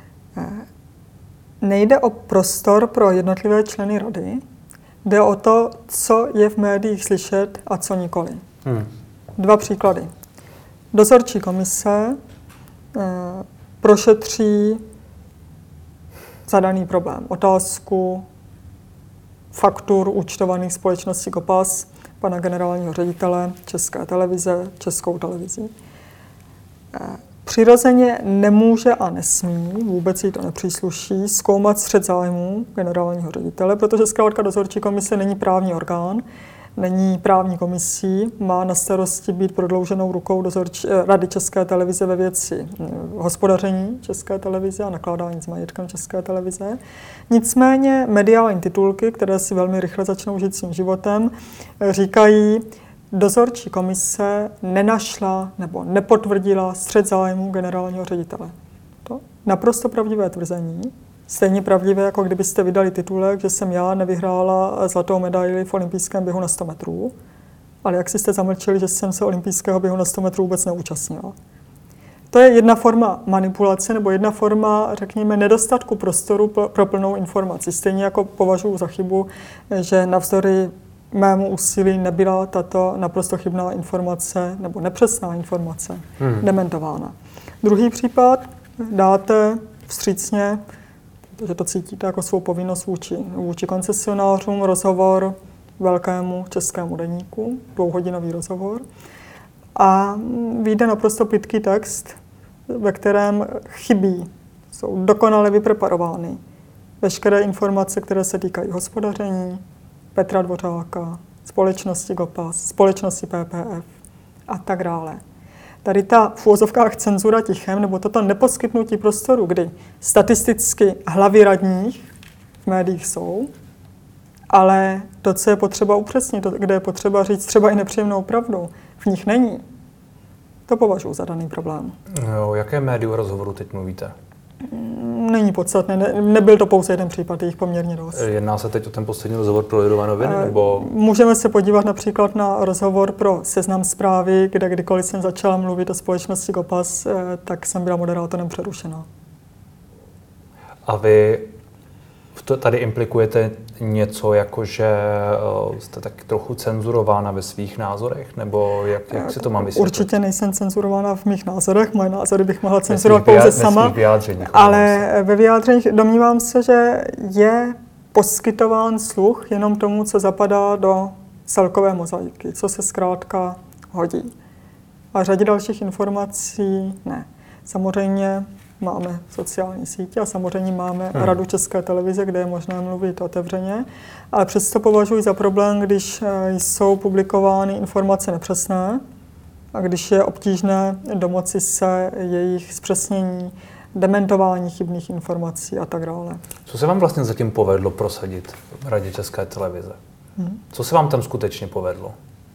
Speaker 2: Nejde o prostor pro jednotlivé členy rady, jde o to, co je v médiích slyšet a co nikoli. Hmm. Dva příklady. Dozorčí komise eh, prošetří zadaný problém, otázku faktur účtovaných společností Gopas pana generálního ředitele České televize, Českou televizi. Eh, Přirozeně nemůže a nesmí, vůbec jí to nepřísluší, zkoumat střet zájmů generálního ředitele, protože zkrátka dozorčí komise není právní orgán, není právní komisí, má na starosti být prodlouženou rukou dozorčí, Rady České televize ve věci hospodaření České televize a nakládání s majetkem České televize. Nicméně mediální titulky, které si velmi rychle začnou žít svým životem, říkají, dozorčí komise nenašla nebo nepotvrdila střet zájmů generálního ředitele. To naprosto pravdivé tvrzení. Stejně pravdivé, jako kdybyste vydali titulek, že jsem já nevyhrála zlatou medaili v olympijském běhu na sto metrů, ale jak si jste zamlčeli, že jsem se olympijského běhu na sto metrů vůbec neúčastnila. To je jedna forma manipulace nebo jedna forma, řekněme, nedostatku prostoru pro plnou informaci. Stejně jako považuji za chybu, že navzdory mému úsilí nebyla tato naprosto chybná informace nebo nepřesná informace hmm. dementována. Druhý případ, dáte vstřícně, protože to cítíte jako svou povinnost vůči, vůči koncesionářům, rozhovor velkému českému deníku, dvouhodinový rozhovor, a vyjde naprosto plytký text, ve kterém chybí, jsou dokonale vypreparovány veškeré informace, které se týkají hospodaření Petra Dvořáka, společnosti Gopas, společnosti P P F a tak dále. Tady ta v uvozovkách cenzura tichem, nebo toto neposkytnutí prostoru, kdy statisticky hlavy radních v médiích jsou, ale to, co je potřeba upřesnit, to, kde je potřeba říct třeba i nepříjemnou pravdu, v nich není. To považuji za daný problém.
Speaker 1: No, jaké médium rozhovoru teď mluvíte?
Speaker 2: Není podstatné, ne, nebyl to pouze jeden případ, je jich poměrně dost.
Speaker 1: Jedná se teď o ten poslední rozhovor pro Lidové noviny? Nebo...
Speaker 2: Můžeme se podívat například na rozhovor pro Seznam Zprávy, kde kdykoliv jsem začala mluvit o společnosti Gopas, tak jsem byla moderátorem přerušena.
Speaker 1: A vy tady implikujete něco, jako že jste tak trochu cenzurována ve svých názorech? Nebo jak, jak si to mám vysvětlit?
Speaker 2: Určitě nejsem cenzurována v mých názorech. Moje názory bych mohla cenzurovat pouze sama. Ale ve vyjádřeních domnívám se, že je poskytován sluch jenom tomu, co zapadá do celkové mozaiky, co se zkrátka hodí. A řadě dalších informací ne. Samozřejmě máme sociální sítě a samozřejmě máme hmm. Radu České televize, kde je možné mluvit otevřeně, ale přesto považuji za problém, když jsou publikovány informace nepřesné a když je obtížné domoci se jejich zpřesnění, dementování chybných informací a tak dále.
Speaker 1: Co se vám vlastně zatím povedlo prosadit v Radě České televize? Hmm. Co se vám tam skutečně povedlo?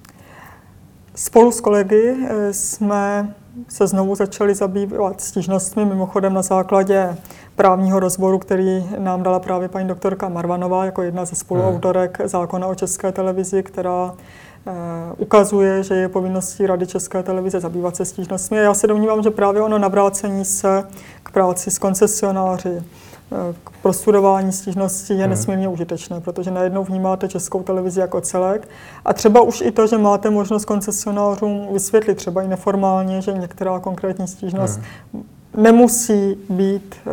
Speaker 2: Spolu s kolegy jsme se znovu začali zabývat stížnostmi, mimochodem na základě právního rozboru, který nám dala právě paní doktorka Marvanová jako jedna ze spoluautorek hmm. zákona o České televizi, která eh, ukazuje, že je povinností Rady České televize zabývat se stížnostmi. Já se domnívám, že právě ono navrácení se k práci s koncesionáři, k prostudování stížností je hmm. nesmírně užitečné, protože najednou vnímáte Českou televizi jako celek a třeba už i to, že máte možnost koncesionářům vysvětlit třeba i neformálně, že některá konkrétní stížnost hmm. nemusí být e,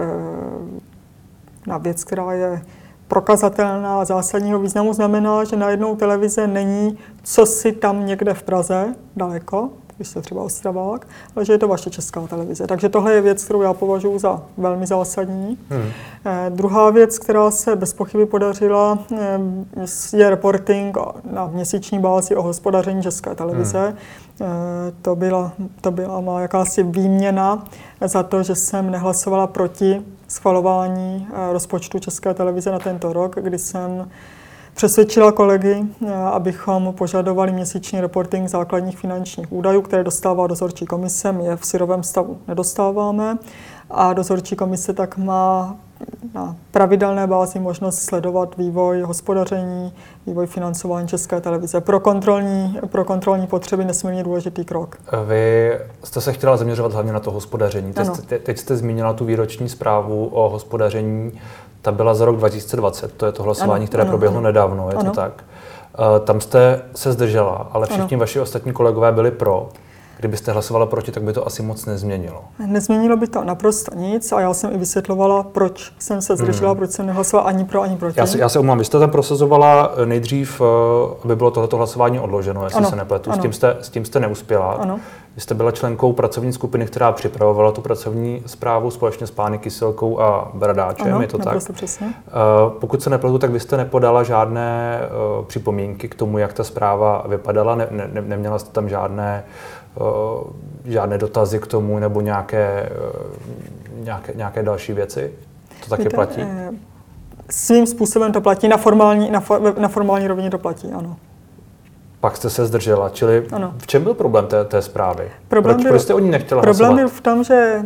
Speaker 2: na věc, která je prokazatelná a zásadního významu, znamená, že najednou televize není cosi tam někde v Praze, daleko, když jste třeba Ostravák, ale že je to vaše Česká televize. Takže tohle je věc, kterou já považuji za velmi zásadní. Hmm. Eh, druhá věc, která se bez pochyby podařila, eh, je reporting na měsíční bázi o hospodaření České televize. Hmm. Eh, to byla, to byla má jakási výměna za to, že jsem nehlasovala proti schvalování eh, rozpočtu České televize na tento rok, kdy jsem přesvědčila kolegy, abychom požadovali měsíční reporting základních finančních údajů, které dostává dozorčí komise. My je v syrovém stavu nedostáváme a dozorčí komise tak má na pravidelné bázi možnost sledovat vývoj hospodaření, vývoj financování České televize. Pro kontrolní, pro kontrolní potřeby nesmírně důležitý krok.
Speaker 1: Vy jste se chtěla zaměřovat hlavně na to hospodaření. Teď jste, teď jste zmínila tu výroční zprávu o hospodaření. Ta byla za rok dva tisíce dvacet, to je to hlasování, ano, které ano, proběhlo ano. nedávno, je ano. to tak? Uh, tam jste se zdržela, ale všichni ano. vaši ostatní kolegové byli pro. Kdybyste hlasovala proti, tak by to asi moc nezměnilo.
Speaker 2: Nezměnilo by to naprosto nic a já jsem i vysvětlovala, proč jsem se zdržela, hmm. proč jsem nehlasovala ani pro, ani proti.
Speaker 1: Já se, já se omlouvám, vy jste tam prosazovala nejdřív, aby bylo tohleto hlasování odloženo, jestli ano. se nepletu. S tím, jste, s tím jste neuspěla. Ano. Vy jste byla členkou pracovní skupiny, která připravovala tu pracovní zprávu společně s pány Kysilkou a Bradáčem,
Speaker 2: ano,
Speaker 1: je to tak?
Speaker 2: Přesně.
Speaker 1: Uh, pokud se nepletu, tak vy jste nepodala žádné uh, připomínky k tomu, jak ta zpráva vypadala, ne, ne, neměla jste tam žádné Uh, žádné dotazy k tomu nebo nějaké, uh, nějaké, nějaké další věci? To taky Víte, platí? Eh,
Speaker 2: svým způsobem to platí, na formální, na, for, na formální rovině to platí, ano.
Speaker 1: Pak jste se zdržela, čili ano. v čem byl problém té, té zprávy?
Speaker 2: Problém
Speaker 1: Proč,
Speaker 2: byl,
Speaker 1: proč jste o ní nechtěla
Speaker 2: problém
Speaker 1: hlasovat?
Speaker 2: Byl v tom, že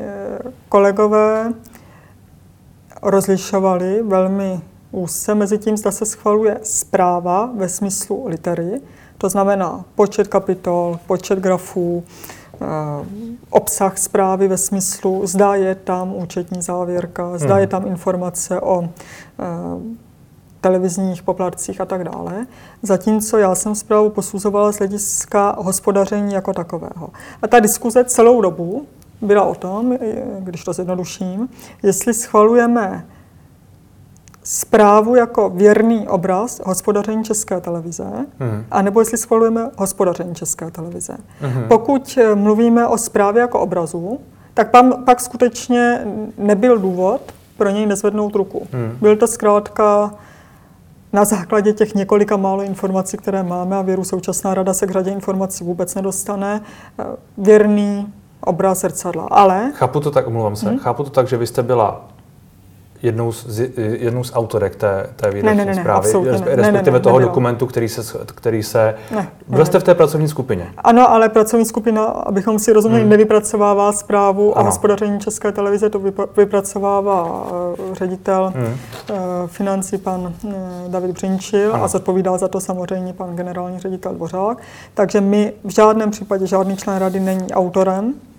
Speaker 2: kolegové rozlišovali velmi úzce mezi tím, zda se schvaluje zpráva ve smyslu litery, to znamená počet kapitol, počet grafů, eh, obsah zprávy ve smyslu, zda je tam účetní závěrka, zda hmm. je tam informace o eh, televizních poplatcích a tak dále. Zatímco já jsem zprávu posuzovala z hlediska hospodaření jako takového. A ta diskuze celou dobu byla o tom, když to zjednoduším, jestli schvalujeme zprávu jako věrný obraz hospodaření České televize, hmm. anebo jestli schvalujeme hospodaření České televize. Hmm. Pokud mluvíme o zprávě jako obrazu, tak pak, pak skutečně nebyl důvod pro něj nezvednout ruku. Hmm. Byl to zkrátka na základě těch několika málo informací, které máme, a věru současná rada se k řadě informací vůbec nedostane, věrný obraz zrcadla. Ale...
Speaker 1: Chápu to tak, omlouvám se, hmm? chápu to tak, že vy jste byla jednou z, jednou z autorek té, té výroční
Speaker 2: ne, ne, ne,
Speaker 1: zprávy, respektive
Speaker 2: ne, ne, ne,
Speaker 1: toho
Speaker 2: nebyla.
Speaker 1: dokumentu, který se... Který se
Speaker 2: ne,
Speaker 1: byla jste v té pracovní skupině?
Speaker 2: Ano, ale pracovní skupina, abychom si rozuměli, hmm. nevypracovává zprávu ano. o hospodaření České televize, to vypracovává uh, ředitel hmm. uh, financí pan uh, David Břinčil ano. a zodpovídá za to samozřejmě pan generální ředitel Dvořák. Takže my v žádném případě, žádný člen rady není autorem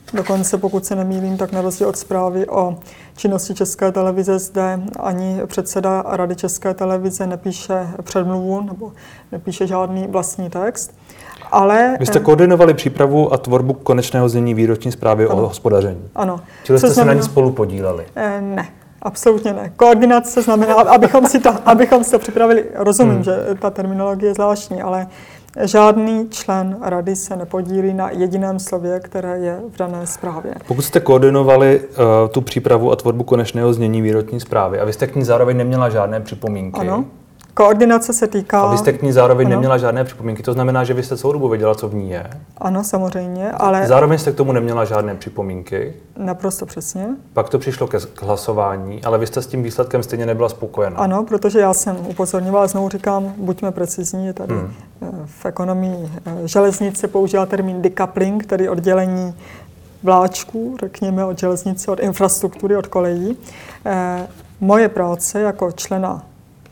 Speaker 2: Dokonce, pokud se nemýlím, tak na rozdíl od zprávy o činnosti České televize zde ani předseda Rady České televize nepíše předmluvu nebo nepíše žádný vlastní text. Ale,
Speaker 1: Vy jste koordinovali přípravu a tvorbu konečného znění výroční zprávy ano. o hospodaření.
Speaker 2: Ano.
Speaker 1: Čili jste se na ní spolu podíleli?
Speaker 2: Ne, absolutně ne. Koordinace znamená, abychom si to, abychom si to připravili. Rozumím, hmm. že ta terminologie je zvláštní, ale žádný člen rady se nepodílí na jediném slově, které je v dané zprávě.
Speaker 1: Pokud jste koordinovali uh, tu přípravu a tvorbu konečného znění výroční zprávy a vy jste k ní zároveň neměla žádné připomínky.
Speaker 2: Ano. Koordinace se týká...
Speaker 1: A vy jste k ní zároveň
Speaker 2: ano.
Speaker 1: neměla žádné připomínky, to znamená, že vy jste celou dobu věděla, co v ní je.
Speaker 2: Ano, samozřejmě, ale...
Speaker 1: Zároveň jste k tomu neměla žádné připomínky.
Speaker 2: Naprosto přesně.
Speaker 1: Pak to přišlo ke, k hlasování, ale vy jste s tím výsledkem stejně nebyla spokojená.
Speaker 2: Ano, protože já jsem upozorňovala, znovu říkám, buďme precizní, je tady hmm. v ekonomii železnice používá termín decoupling, tedy oddělení vláčků, řekněme, od železnice, od infrastruktury, od kolejí. Moje práce jako člena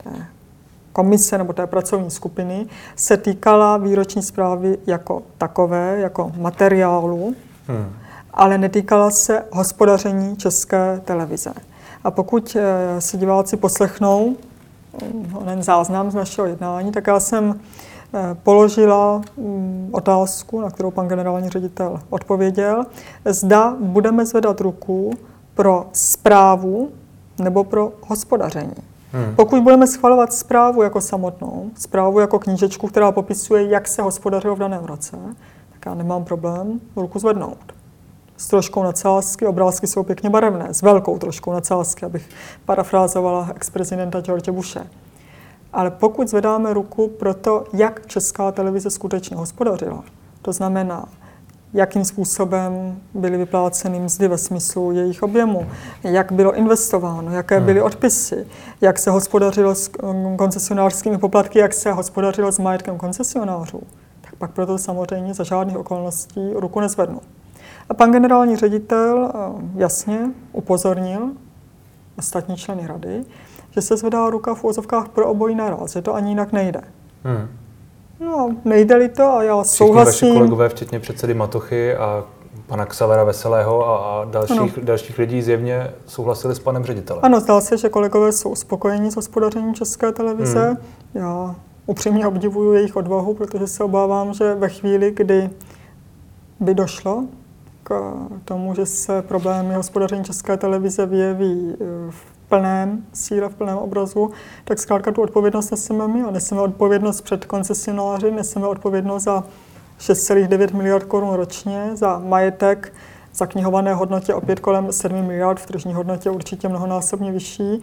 Speaker 2: komise nebo té pracovní skupiny se týkala výroční zprávy jako takové, jako materiálu, hmm. ale netýkala se hospodaření České televize. A pokud si diváci poslechnou onen záznam z našeho jednání, tak já jsem položila otázku, na kterou pan generální ředitel odpověděl, zda budeme zvedat ruku pro správu nebo pro hospodaření. Hmm. Pokud budeme schvalovat zprávu jako samotnou, zprávu jako knížečku, která popisuje, jak se hospodařilo v daném roce, tak já nemám problém ruku zvednout. S troškou nadsázky, obrázky jsou pěkně barevné, s velkou troškou nadsázky, abych parafrázovala ex-prezidenta George Bushe. Ale pokud zvedáme ruku pro to, jak Česká televize skutečně hospodařila, to znamená, jakým způsobem byly vypláceny mzdy ve smyslu jejich objemu, jak bylo investováno, jaké byly odpisy, jak se hospodařilo s koncesionářskými poplatky, jak se hospodařilo s majetkem koncesionářů, tak pak proto samozřejmě za žádných okolností ruku nezvednu. A pan generální ředitel jasně upozornil ostatní členy rady, že se zvedá ruka v uvozovkách pro obojí naraz, že to ani jinak nejde. Hmm. No, nejde-li to a já souhlasím.
Speaker 1: Všichni vaši kolegové, včetně předsedy Matochy a pana Xavera Veselého a, a dalších, dalších lidí zjevně souhlasili s panem ředitelem.
Speaker 2: Ano, zdá se, že kolegové jsou spokojení s hospodařením České televize. Hmm. Já upřímně obdivuju jejich odvahu, protože se obávám, že ve chvíli, kdy by došlo k tomu, že se problémy hospodaření České televize vyjeví v plném síle, v plném obrazu, tak zkrátka tu odpovědnost neseme my a neseme odpovědnost před koncesionáři, neseme odpovědnost za šest celá devět miliard korun ročně, za majetek zaknihované hodnotě opět kolem sedm miliard, v tržní hodnotě určitě mnohonásobně vyšší.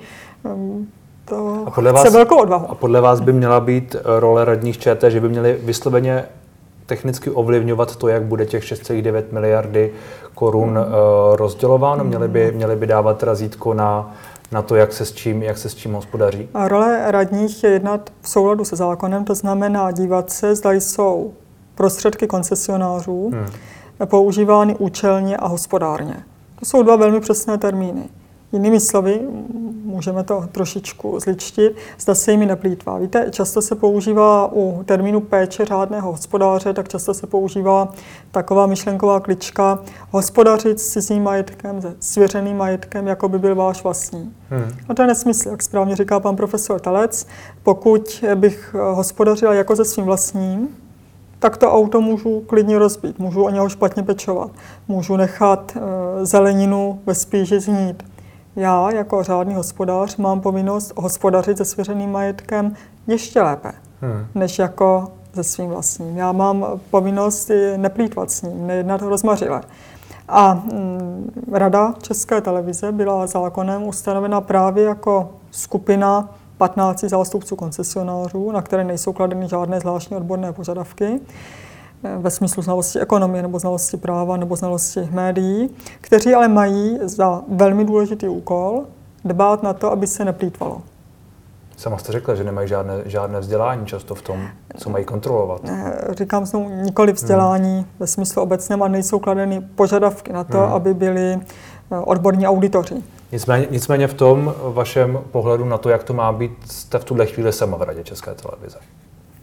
Speaker 2: To
Speaker 1: a podle
Speaker 2: chce
Speaker 1: vás,
Speaker 2: velkou odvahu.
Speaker 1: A podle vás by měla být role radních ČT, že by měli vysloveně technicky ovlivňovat to, jak bude těch šest celá devět miliardy korun mm. uh, rozdělováno? Měli by, měli by dávat razítko na na to, jak se s čím, jak se s čím hospodaří?
Speaker 2: A role radních je jednat v souladu se zákonem, to znamená dívat se, zda jsou prostředky koncesionářů hmm. používány účelně a hospodárně. To jsou dva velmi přesné termíny. Jinými slovy, můžeme to trošičku zličtit, zda se jimi neplýtvá. Víte, často se používá u termínu péče řádného hospodáře, tak často se používá taková myšlenková klička hospodařit s cizím majetkem, se svěřeným majetkem, jako by byl váš vlastní. Hmm. A to je nesmysl, jak správně říká pan profesor Talec. Pokud bych hospodařila jako se svým vlastním, tak to auto můžu klidně rozbít, můžu o něho špatně pečovat, můžu nechat e, zeleninu ve spíži zhnít. Já jako řádný hospodář mám povinnost hospodařit se svěřeným majetkem ještě lépe, hmm. než jako se svým vlastním. Já mám povinnost neplýtvat s ním, nejednat rozmařile. A mm, Rada České televize byla zákonem ustanovena právě jako skupina patnácti zástupců koncesionářů, na které nejsou kladeny žádné zvláštní odborné požadavky ve smyslu znalosti ekonomie nebo znalosti práva nebo znalosti médií, kteří ale mají za velmi důležitý úkol dbát na to, aby se neplýtvalo.
Speaker 1: Sama jste řekla, že nemají žádné, žádné vzdělání často v tom, co mají kontrolovat.
Speaker 2: Říkám znovu nikoli vzdělání hmm. ve smyslu obecném a nejsou kladeny požadavky na to, hmm. aby byli odborní auditoři.
Speaker 1: Nicméně, nicméně v tom vašem pohledu na to, jak to má být, jste v tuhle chvíli sama v Radě České televize.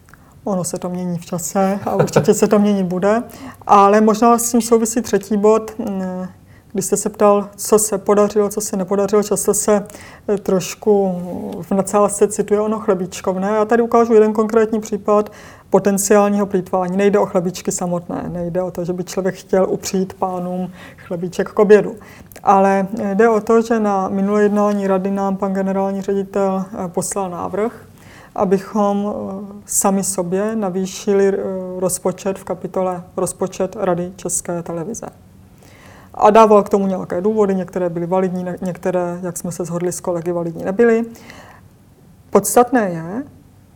Speaker 2: Ono se to mění v čase a určitě se to měnit bude. Ale možná s tím souvisí třetí bod. Když jste se ptal, co se podařilo, co se nepodařilo, často se trošku v nadsázce cituje ono chlebíčkovné. Já tady ukážu jeden konkrétní případ potenciálního plýtvání. Nejde o chlebíčky samotné, nejde o to, že by člověk chtěl upřít pánům chlebíček k obědu. Ale jde o to, že na minulé jednání rady nám pan generální ředitel poslal návrh, abychom sami sobě navýšili rozpočet v kapitole rozpočet Rady České televize. A dával k tomu nějaké důvody, některé byly validní, některé, jak jsme se shodli s kolegy, validní nebyly. Podstatné je,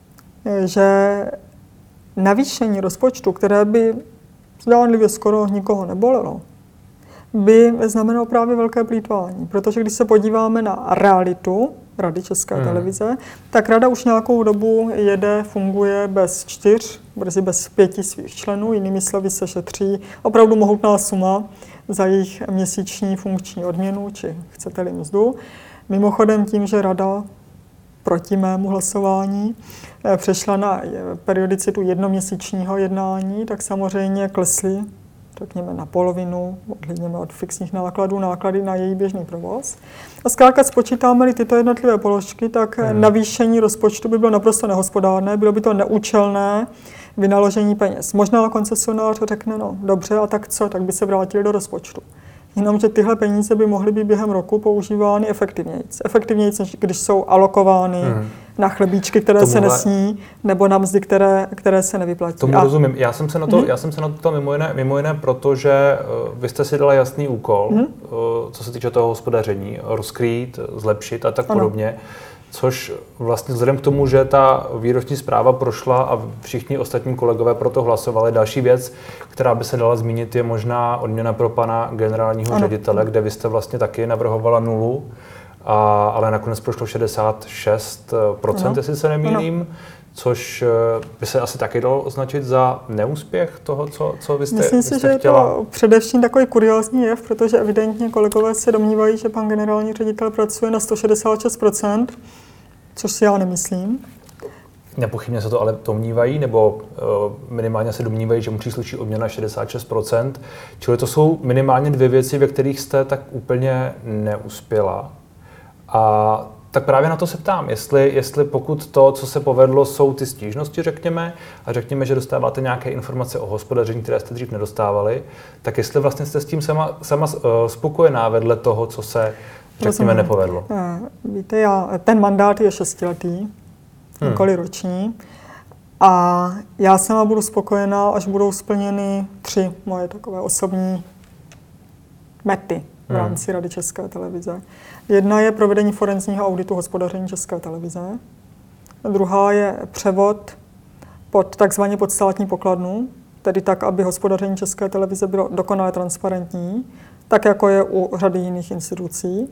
Speaker 2: že navýšení rozpočtu, které by zdánlivě skoro nikoho nebolelo, by znamenalo právě velké plýtvání. Protože když se podíváme na realitu Rady České hmm. televize, tak rada už nějakou dobu jede, funguje bez čtyř, brzy bez pěti svých členů, jinými slovy se šetří opravdu mohutná suma za jejich měsíční funkční odměnu, či chcete-li mzdu. Mimochodem tím, že rada proti mému hlasování přešla na periodicitu jednoměsíčního jednání, tak samozřejmě klesly, řekněme, na polovinu, odhlédněme od fixních nákladů, náklady na její běžný provoz. A zkrátka spočítáme-li tyto jednotlivé položky, tak hmm. navýšení rozpočtu by bylo naprosto nehospodárné, bylo by to neúčelné vynaložení peněz. Možná koncesionář řekne, no dobře, a tak co, tak by se vrátili do rozpočtu. Jenomže tyhle peníze by mohly být během roku používány efektivnějc. Efektivnějc, než když jsou alokovány hmm. na chlebíčky, které Tomuhle... se nesní, nebo na mzdy, které, které se nevyplatí.
Speaker 1: Tomu a... rozumím. Já jsem se na to, hmm. já jsem se na to mimo jiné, mimo jiné protože uh, vy jste si dala jasný úkol, hmm. uh, co se týče toho hospodaření, rozkrýt, zlepšit a tak ano. podobně. Což vlastně vzhledem k tomu, že ta výroční zpráva prošla a všichni ostatní kolegové pro to hlasovali. Další věc, která by se dala zmínit, je možná odměna pro pana generálního ano. ředitele, kde vy jste vlastně taky navrhovala nulu, a, ale nakonec prošlo šedesát šest procent, jestli se nemýlím, ano. což by se asi taky dalo označit za neúspěch toho, co, co vy jste,
Speaker 2: Myslím
Speaker 1: vy
Speaker 2: si,
Speaker 1: jste
Speaker 2: že
Speaker 1: chtěla.
Speaker 2: Je to především takový kuriózní jev, protože evidentně kolegové se domnívají, že pan generální ředitel pracuje na sto šedesát šest procent, což si já nemyslím.
Speaker 1: Nepochybně se to ale domnívají, nebo uh, minimálně se domnívají, že mu přísluší odměna šedesát šest procent. Čili to jsou minimálně dvě věci, ve kterých jste tak úplně neuspěla. A tak právě na to se ptám, jestli, jestli pokud to, co se povedlo, jsou ty stížnosti, řekněme, a řekněme, že dostáváte nějaké informace o hospodaření, které jste dřív nedostávali, tak jestli vlastně jste s tím sama, sama uh, spokojená vedle toho, co se, řekněme, Rozumím. nepovedlo.
Speaker 2: Víte, já, ten mandát je šestiletý, hmm. nikoli roční, a já sama budu spokojená, až budou splněny tři moje takové osobní mety v rámci Rady České televize. Jedna je provedení forenzního auditu hospodaření České televize. Druhá je převod pod takzvaně pod státní pokladnu, tedy tak, aby hospodaření České televize bylo dokonale transparentní, tak jako je u řady jiných institucí.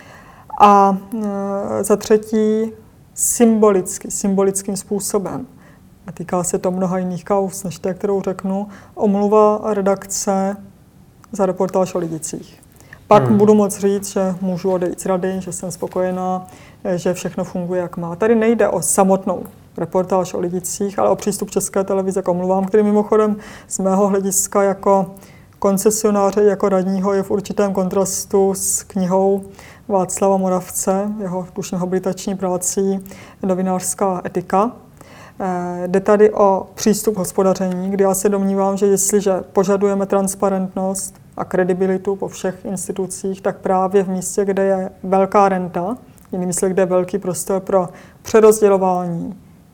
Speaker 2: A e, za třetí symbolicky, symbolickým způsobem. A týká se to mnoha jiných kauz, než té, kterou řeknu, omluva redakce za reportáž o Lidicích. Pak hmm. budu moct říct, že můžu odejít z rady, že jsem spokojená, že všechno funguje, jak má. Tady nejde o samotnou reportáž o Lidicích, ale o přístup České televize k omluvám, který mimochodem z mého hlediska jako koncesionáře, jako radního je v určitém kontrastu s knihou Václava Moravce, jeho tuším habilitační prací Novinářská etika. Jde tady o přístup k hospodaření, kdy já se domnívám, že jestliže požadujeme transparentnost a kredibilitu po všech institucích, tak právě v místě, kde je velká renta, jinými slovy, kde je velký prostor pro přerozdělování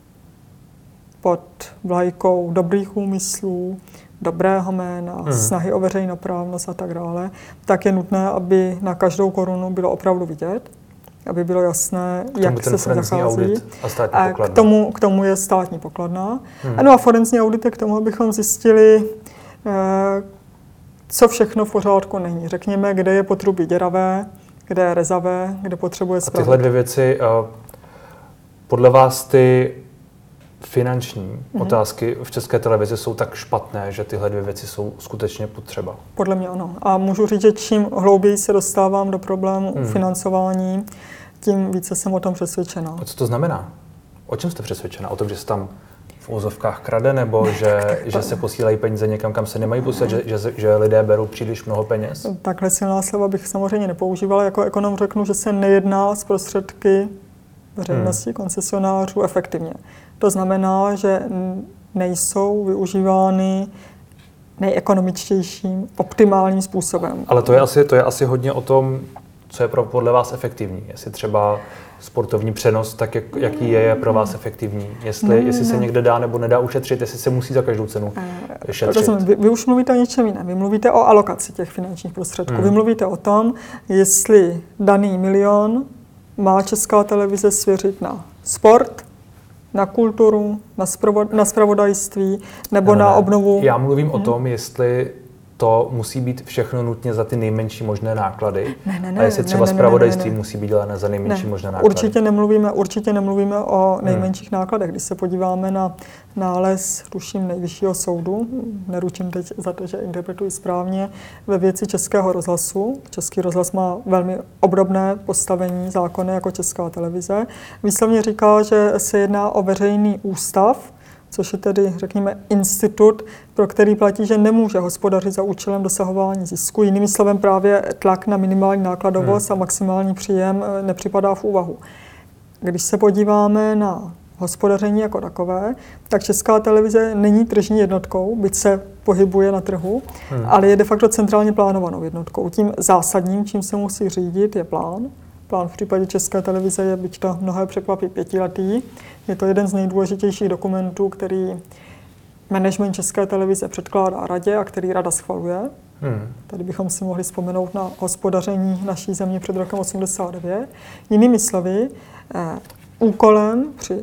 Speaker 2: pod vlajkou dobrých úmyslů, dobrého jména, hmm. snahy o veřejnoprávnost a tak dále, tak je nutné, aby na každou korunu bylo opravdu vidět, aby bylo jasné, jak se se zachází. A, a k, tomu, k tomu je státní pokladna. Hmm. No a forenzní audit je k tomu, abychom zjistili, eh, co všechno v pořádku není. Řekněme, kde je potrubí děravé, kde je rezavé, kde potřebuje spravit. A tyhle dvě
Speaker 1: věci, uh, podle vás ty finanční mm-hmm. otázky v České televizi jsou tak špatné, že tyhle dvě věci jsou skutečně potřeba?
Speaker 2: Podle mě ano. A můžu říct, že čím hlouběji se dostávám do problému mm. financování, tím více jsem o tom přesvědčená.
Speaker 1: A co to znamená? O čem jste přesvědčená? O tom, že se tam v úzovkách krade, nebo že, že se posílají peníze někam, kam se nemají posílat, že, že, že lidé berou příliš mnoho peněz?
Speaker 2: Takhle silná slova bych samozřejmě nepoužívala. Jako ekonom řeknu, že se nejedná z prostředky veřejnosti, hmm. koncesionářů efektivně. To znamená, že nejsou využívány nejekonomičtějším, optimálním způsobem.
Speaker 1: Ale to je asi, to je asi hodně o tom, co je pro, podle vás efektivní. Jestli třeba sportovní přenos, tak jak, jaký je, je pro vás efektivní? Jestli, ne, jestli se ne. někde dá nebo nedá ušetřit, jestli se musí za každou cenu šetřit.
Speaker 2: Rozumím, vy, vy už mluvíte o něčem jiném. Vy mluvíte o alokaci těch finančních prostředků. Hmm. Vy mluvíte o tom, jestli daný milion má Česká televize svěřit na sport, na kulturu, na, sprovo- na zpravodajství nebo ne, na ne. obnovu.
Speaker 1: Já mluvím hmm. o tom, jestli to musí být všechno nutně za ty nejmenší možné náklady. Ne, ne, ne, a jestli třeba zpravodajství musí být dělané za nejmenší ne, možné náklady.
Speaker 2: Určitě nemluvíme, určitě nemluvíme o nejmenších hmm. nákladech. Když se podíváme na nález, tuším, Nejvyššího soudu, neručím teď za to, že interpretuji správně, ve věci Českého rozhlasu. Český rozhlas má velmi obdobné postavení zákony jako Česká televize. Výslovně říká, že se jedná o veřejný ústav, což je tedy, řekněme, institut, pro který platí, že nemůže hospodařit za účelem dosahování zisku. Jinými slovem právě tlak na minimální nákladovost hmm. a maximální příjem nepřipadá v úvahu. Když se podíváme na hospodaření jako takové, tak Česká televize není tržní jednotkou, byť se pohybuje na trhu, hmm. ale je de facto centrálně plánovanou jednotkou. Tím zásadním, čím se musí řídit, je plán. Plán v případě České televize je, byť to mnohé překvapí, pětiletý. Je to jeden z nejdůležitějších dokumentů, který management České televize předkládá radě a který rada schvaluje. Hmm. Tady bychom si mohli vzpomenout na hospodaření naší země před rokem osmdesát devět. Jinými slovy, eh, úkolem při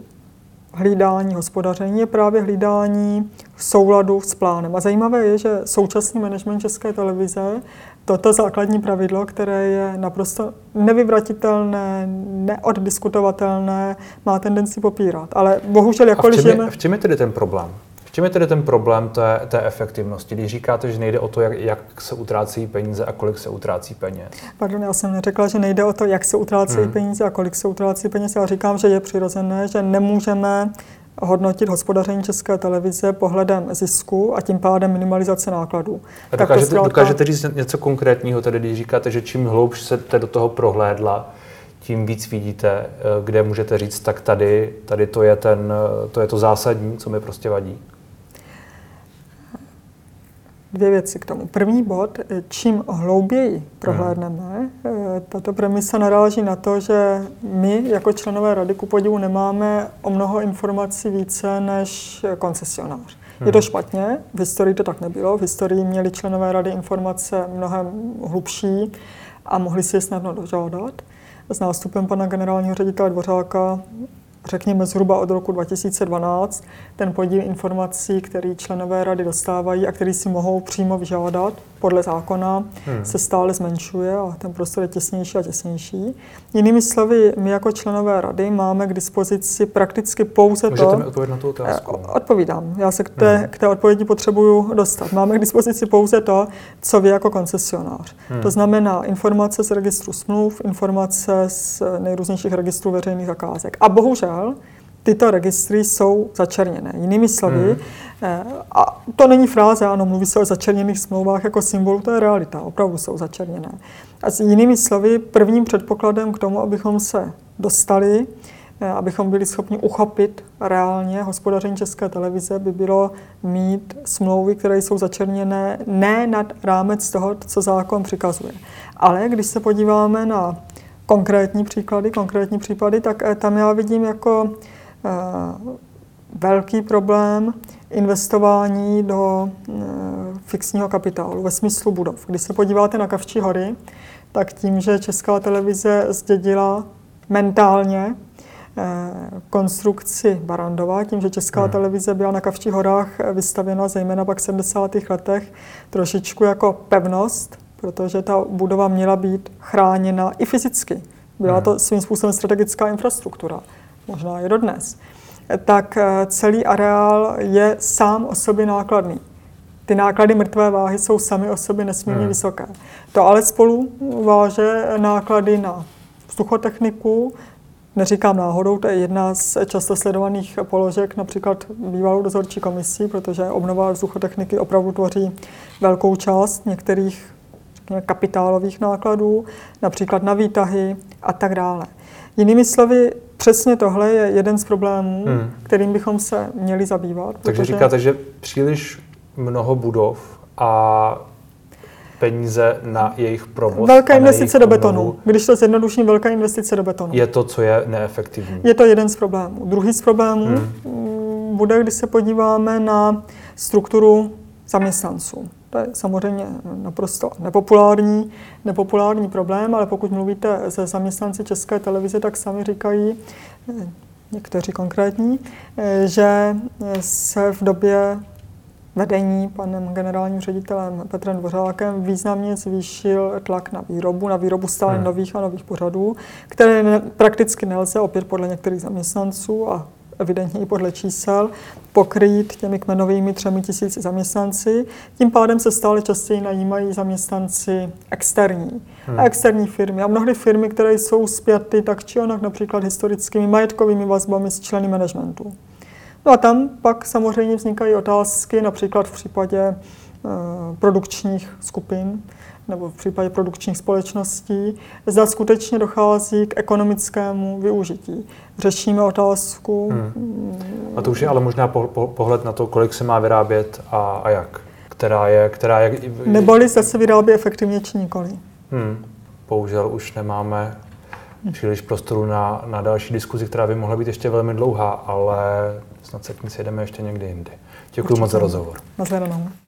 Speaker 2: hlídání hospodaření je právě hlídání souladu s plánem. A zajímavé je, že současný management České televize toto základní pravidlo, které je naprosto nevyvratitelné, neoddiskutovatelné, má tendenci popírat. Ale bohužel, jakkoliv žijeme...
Speaker 1: V čem je tedy ten problém? V čem je tedy ten problém té, té efektivnosti? Když říkáte, že nejde o to, jak, jak se utrácí peníze a kolik se utrácí peněz.
Speaker 2: Pardon, já jsem neřekla, že nejde o to, jak se utrácí hmm. peníze a kolik se utrácí peněz. Já říkám, že je přirozené, že nemůžeme hodnotit hospodaření České televize pohledem zisku a tím pádem minimalizace nákladů.
Speaker 1: A dokážete, zkrátka... dokážete říct něco konkrétního, tedy když říkáte, že čím hloubš se do toho prohlédla, tím víc vidíte, kde můžete říct, tak tady, tady to, je ten, to je to zásadní, co mi prostě vadí.
Speaker 2: Dvě věci k tomu. První bod, čím hlouběji prohlédneme, hmm. tato premisa naráží na to, že my jako členové rady ku podivu nemáme o mnoho informací více než koncesionář. Hmm. Je to špatně, v historii to tak nebylo, v historii měli členové rady informace mnohem hlubší a mohli si je snadno dožádat. S nástupem pana generálního ředitele Dvořáka, řekněme zhruba od roku dva tisíce dvanáct, ten podíl informací, který členové rady dostávají a který si mohou přímo vyžádat podle zákona, hmm. se stále zmenšuje a ten prostor je těsnější a těsnější. Jinými slovy, my jako členové rady máme k dispozici prakticky pouze
Speaker 1: Můžete
Speaker 2: to...
Speaker 1: Můžete mi odpovědět na tu otázku?
Speaker 2: Odpovídám. Já se k té, hmm. k té odpovědi potřebuju dostat. Máme k dispozici pouze to, co vy jako koncesionář. Hmm. To znamená informace z registru smluv, informace z nejrůznějších registrů veřejných zakázek. A bohužel tyto registry jsou začerněné. Jinými slovy, hmm. a to není fráze, ano, mluví se o začerněných smlouvách jako symbolu, to je realita, opravdu jsou začerněné. A s jinými slovy, prvním předpokladem k tomu, abychom se dostali, abychom byli schopni uchopit reálně hospodaření České televize, by bylo mít smlouvy, které jsou začerněné ne nad rámec toho, co zákon přikazuje. Ale když se podíváme na konkrétní příklady, konkrétní případy, tak tam já vidím jako uh, velký problém investování do uh, fixního kapitálu ve smyslu budov. Když se podíváte na Kavčí hory, tak tím, že Česká televize zdědila mentálně uh, konstrukci Barrandova, tím, že Česká hmm. televize byla na Kavčích horách vystavěna zejména pak v sedmdesátých letech trošičku jako pevnost, protože ta budova měla být chráněna i fyzicky. Byla to svým způsobem strategická infrastruktura, možná je dodnes. Tak celý areál je sám o sobě nákladný. Ty náklady mrtvé váhy jsou sami o sobě nesmírně hmm. vysoké. To ale spolu váže náklady na vzduchotechniku, neříkám náhodou, to je jedna z často sledovaných položek, například bývalou dozorčí komisí, protože obnova vzduchotechniky opravdu tvoří velkou část některých řekněme, kapitálových nákladů, například na výtahy a tak dále. Jinými slovy, přesně tohle je jeden z problémů, hmm. kterým bychom se měli zabývat.
Speaker 1: Takže protože... říkáte, že příliš mnoho budov a peníze na jejich provoz.
Speaker 2: Velká investice do betonu. Když to zjednoduším, velká investice do betonu.
Speaker 1: Je to, co je neefektivní.
Speaker 2: Je to jeden z problémů. Druhý z problémů hmm. bude, když se podíváme na strukturu zaměstnanců. To je samozřejmě naprosto nepopulární, nepopulární problém, ale pokud mluvíte se zaměstnanci České televize, tak sami říkají, někteří konkrétní, že se v době vedení panem generálním ředitelem Petrem Dvořákem významně zvýšil tlak na výrobu, na výrobu stále hmm. nových a nových pořadů, které ne, prakticky nelze, opět podle některých zaměstnanců a evidentně i podle čísel, pokrýt těmi kmenovými třemi tisíci zaměstnanci. Tím pádem se stále častěji najímají zaměstnanci externí. Hmm. A externí firmy. A mnohdy firmy, které jsou spjaty tak či onak například historickými majetkovými vazbami s členy managementu. No a tam pak samozřejmě vznikají otázky, například v případě e, produkčních skupin nebo v případě produkčních společností, zda skutečně dochází k ekonomickému využití. Řešíme otázku... Hmm.
Speaker 1: A to už je ale možná po, po, pohled na to, kolik se má vyrábět a, a jak. Která je... Která je...
Speaker 2: Neboli zda se vyrábí efektivně či nikoli.
Speaker 1: Hmm. Bohužel už nemáme příliš prostoru na, na další diskuzi, která by mohla být ještě velmi dlouhá, ale snad se k ní sejdeme ještě někdy jindy. Děkuji moc za rozhovor.
Speaker 2: Nashledanou.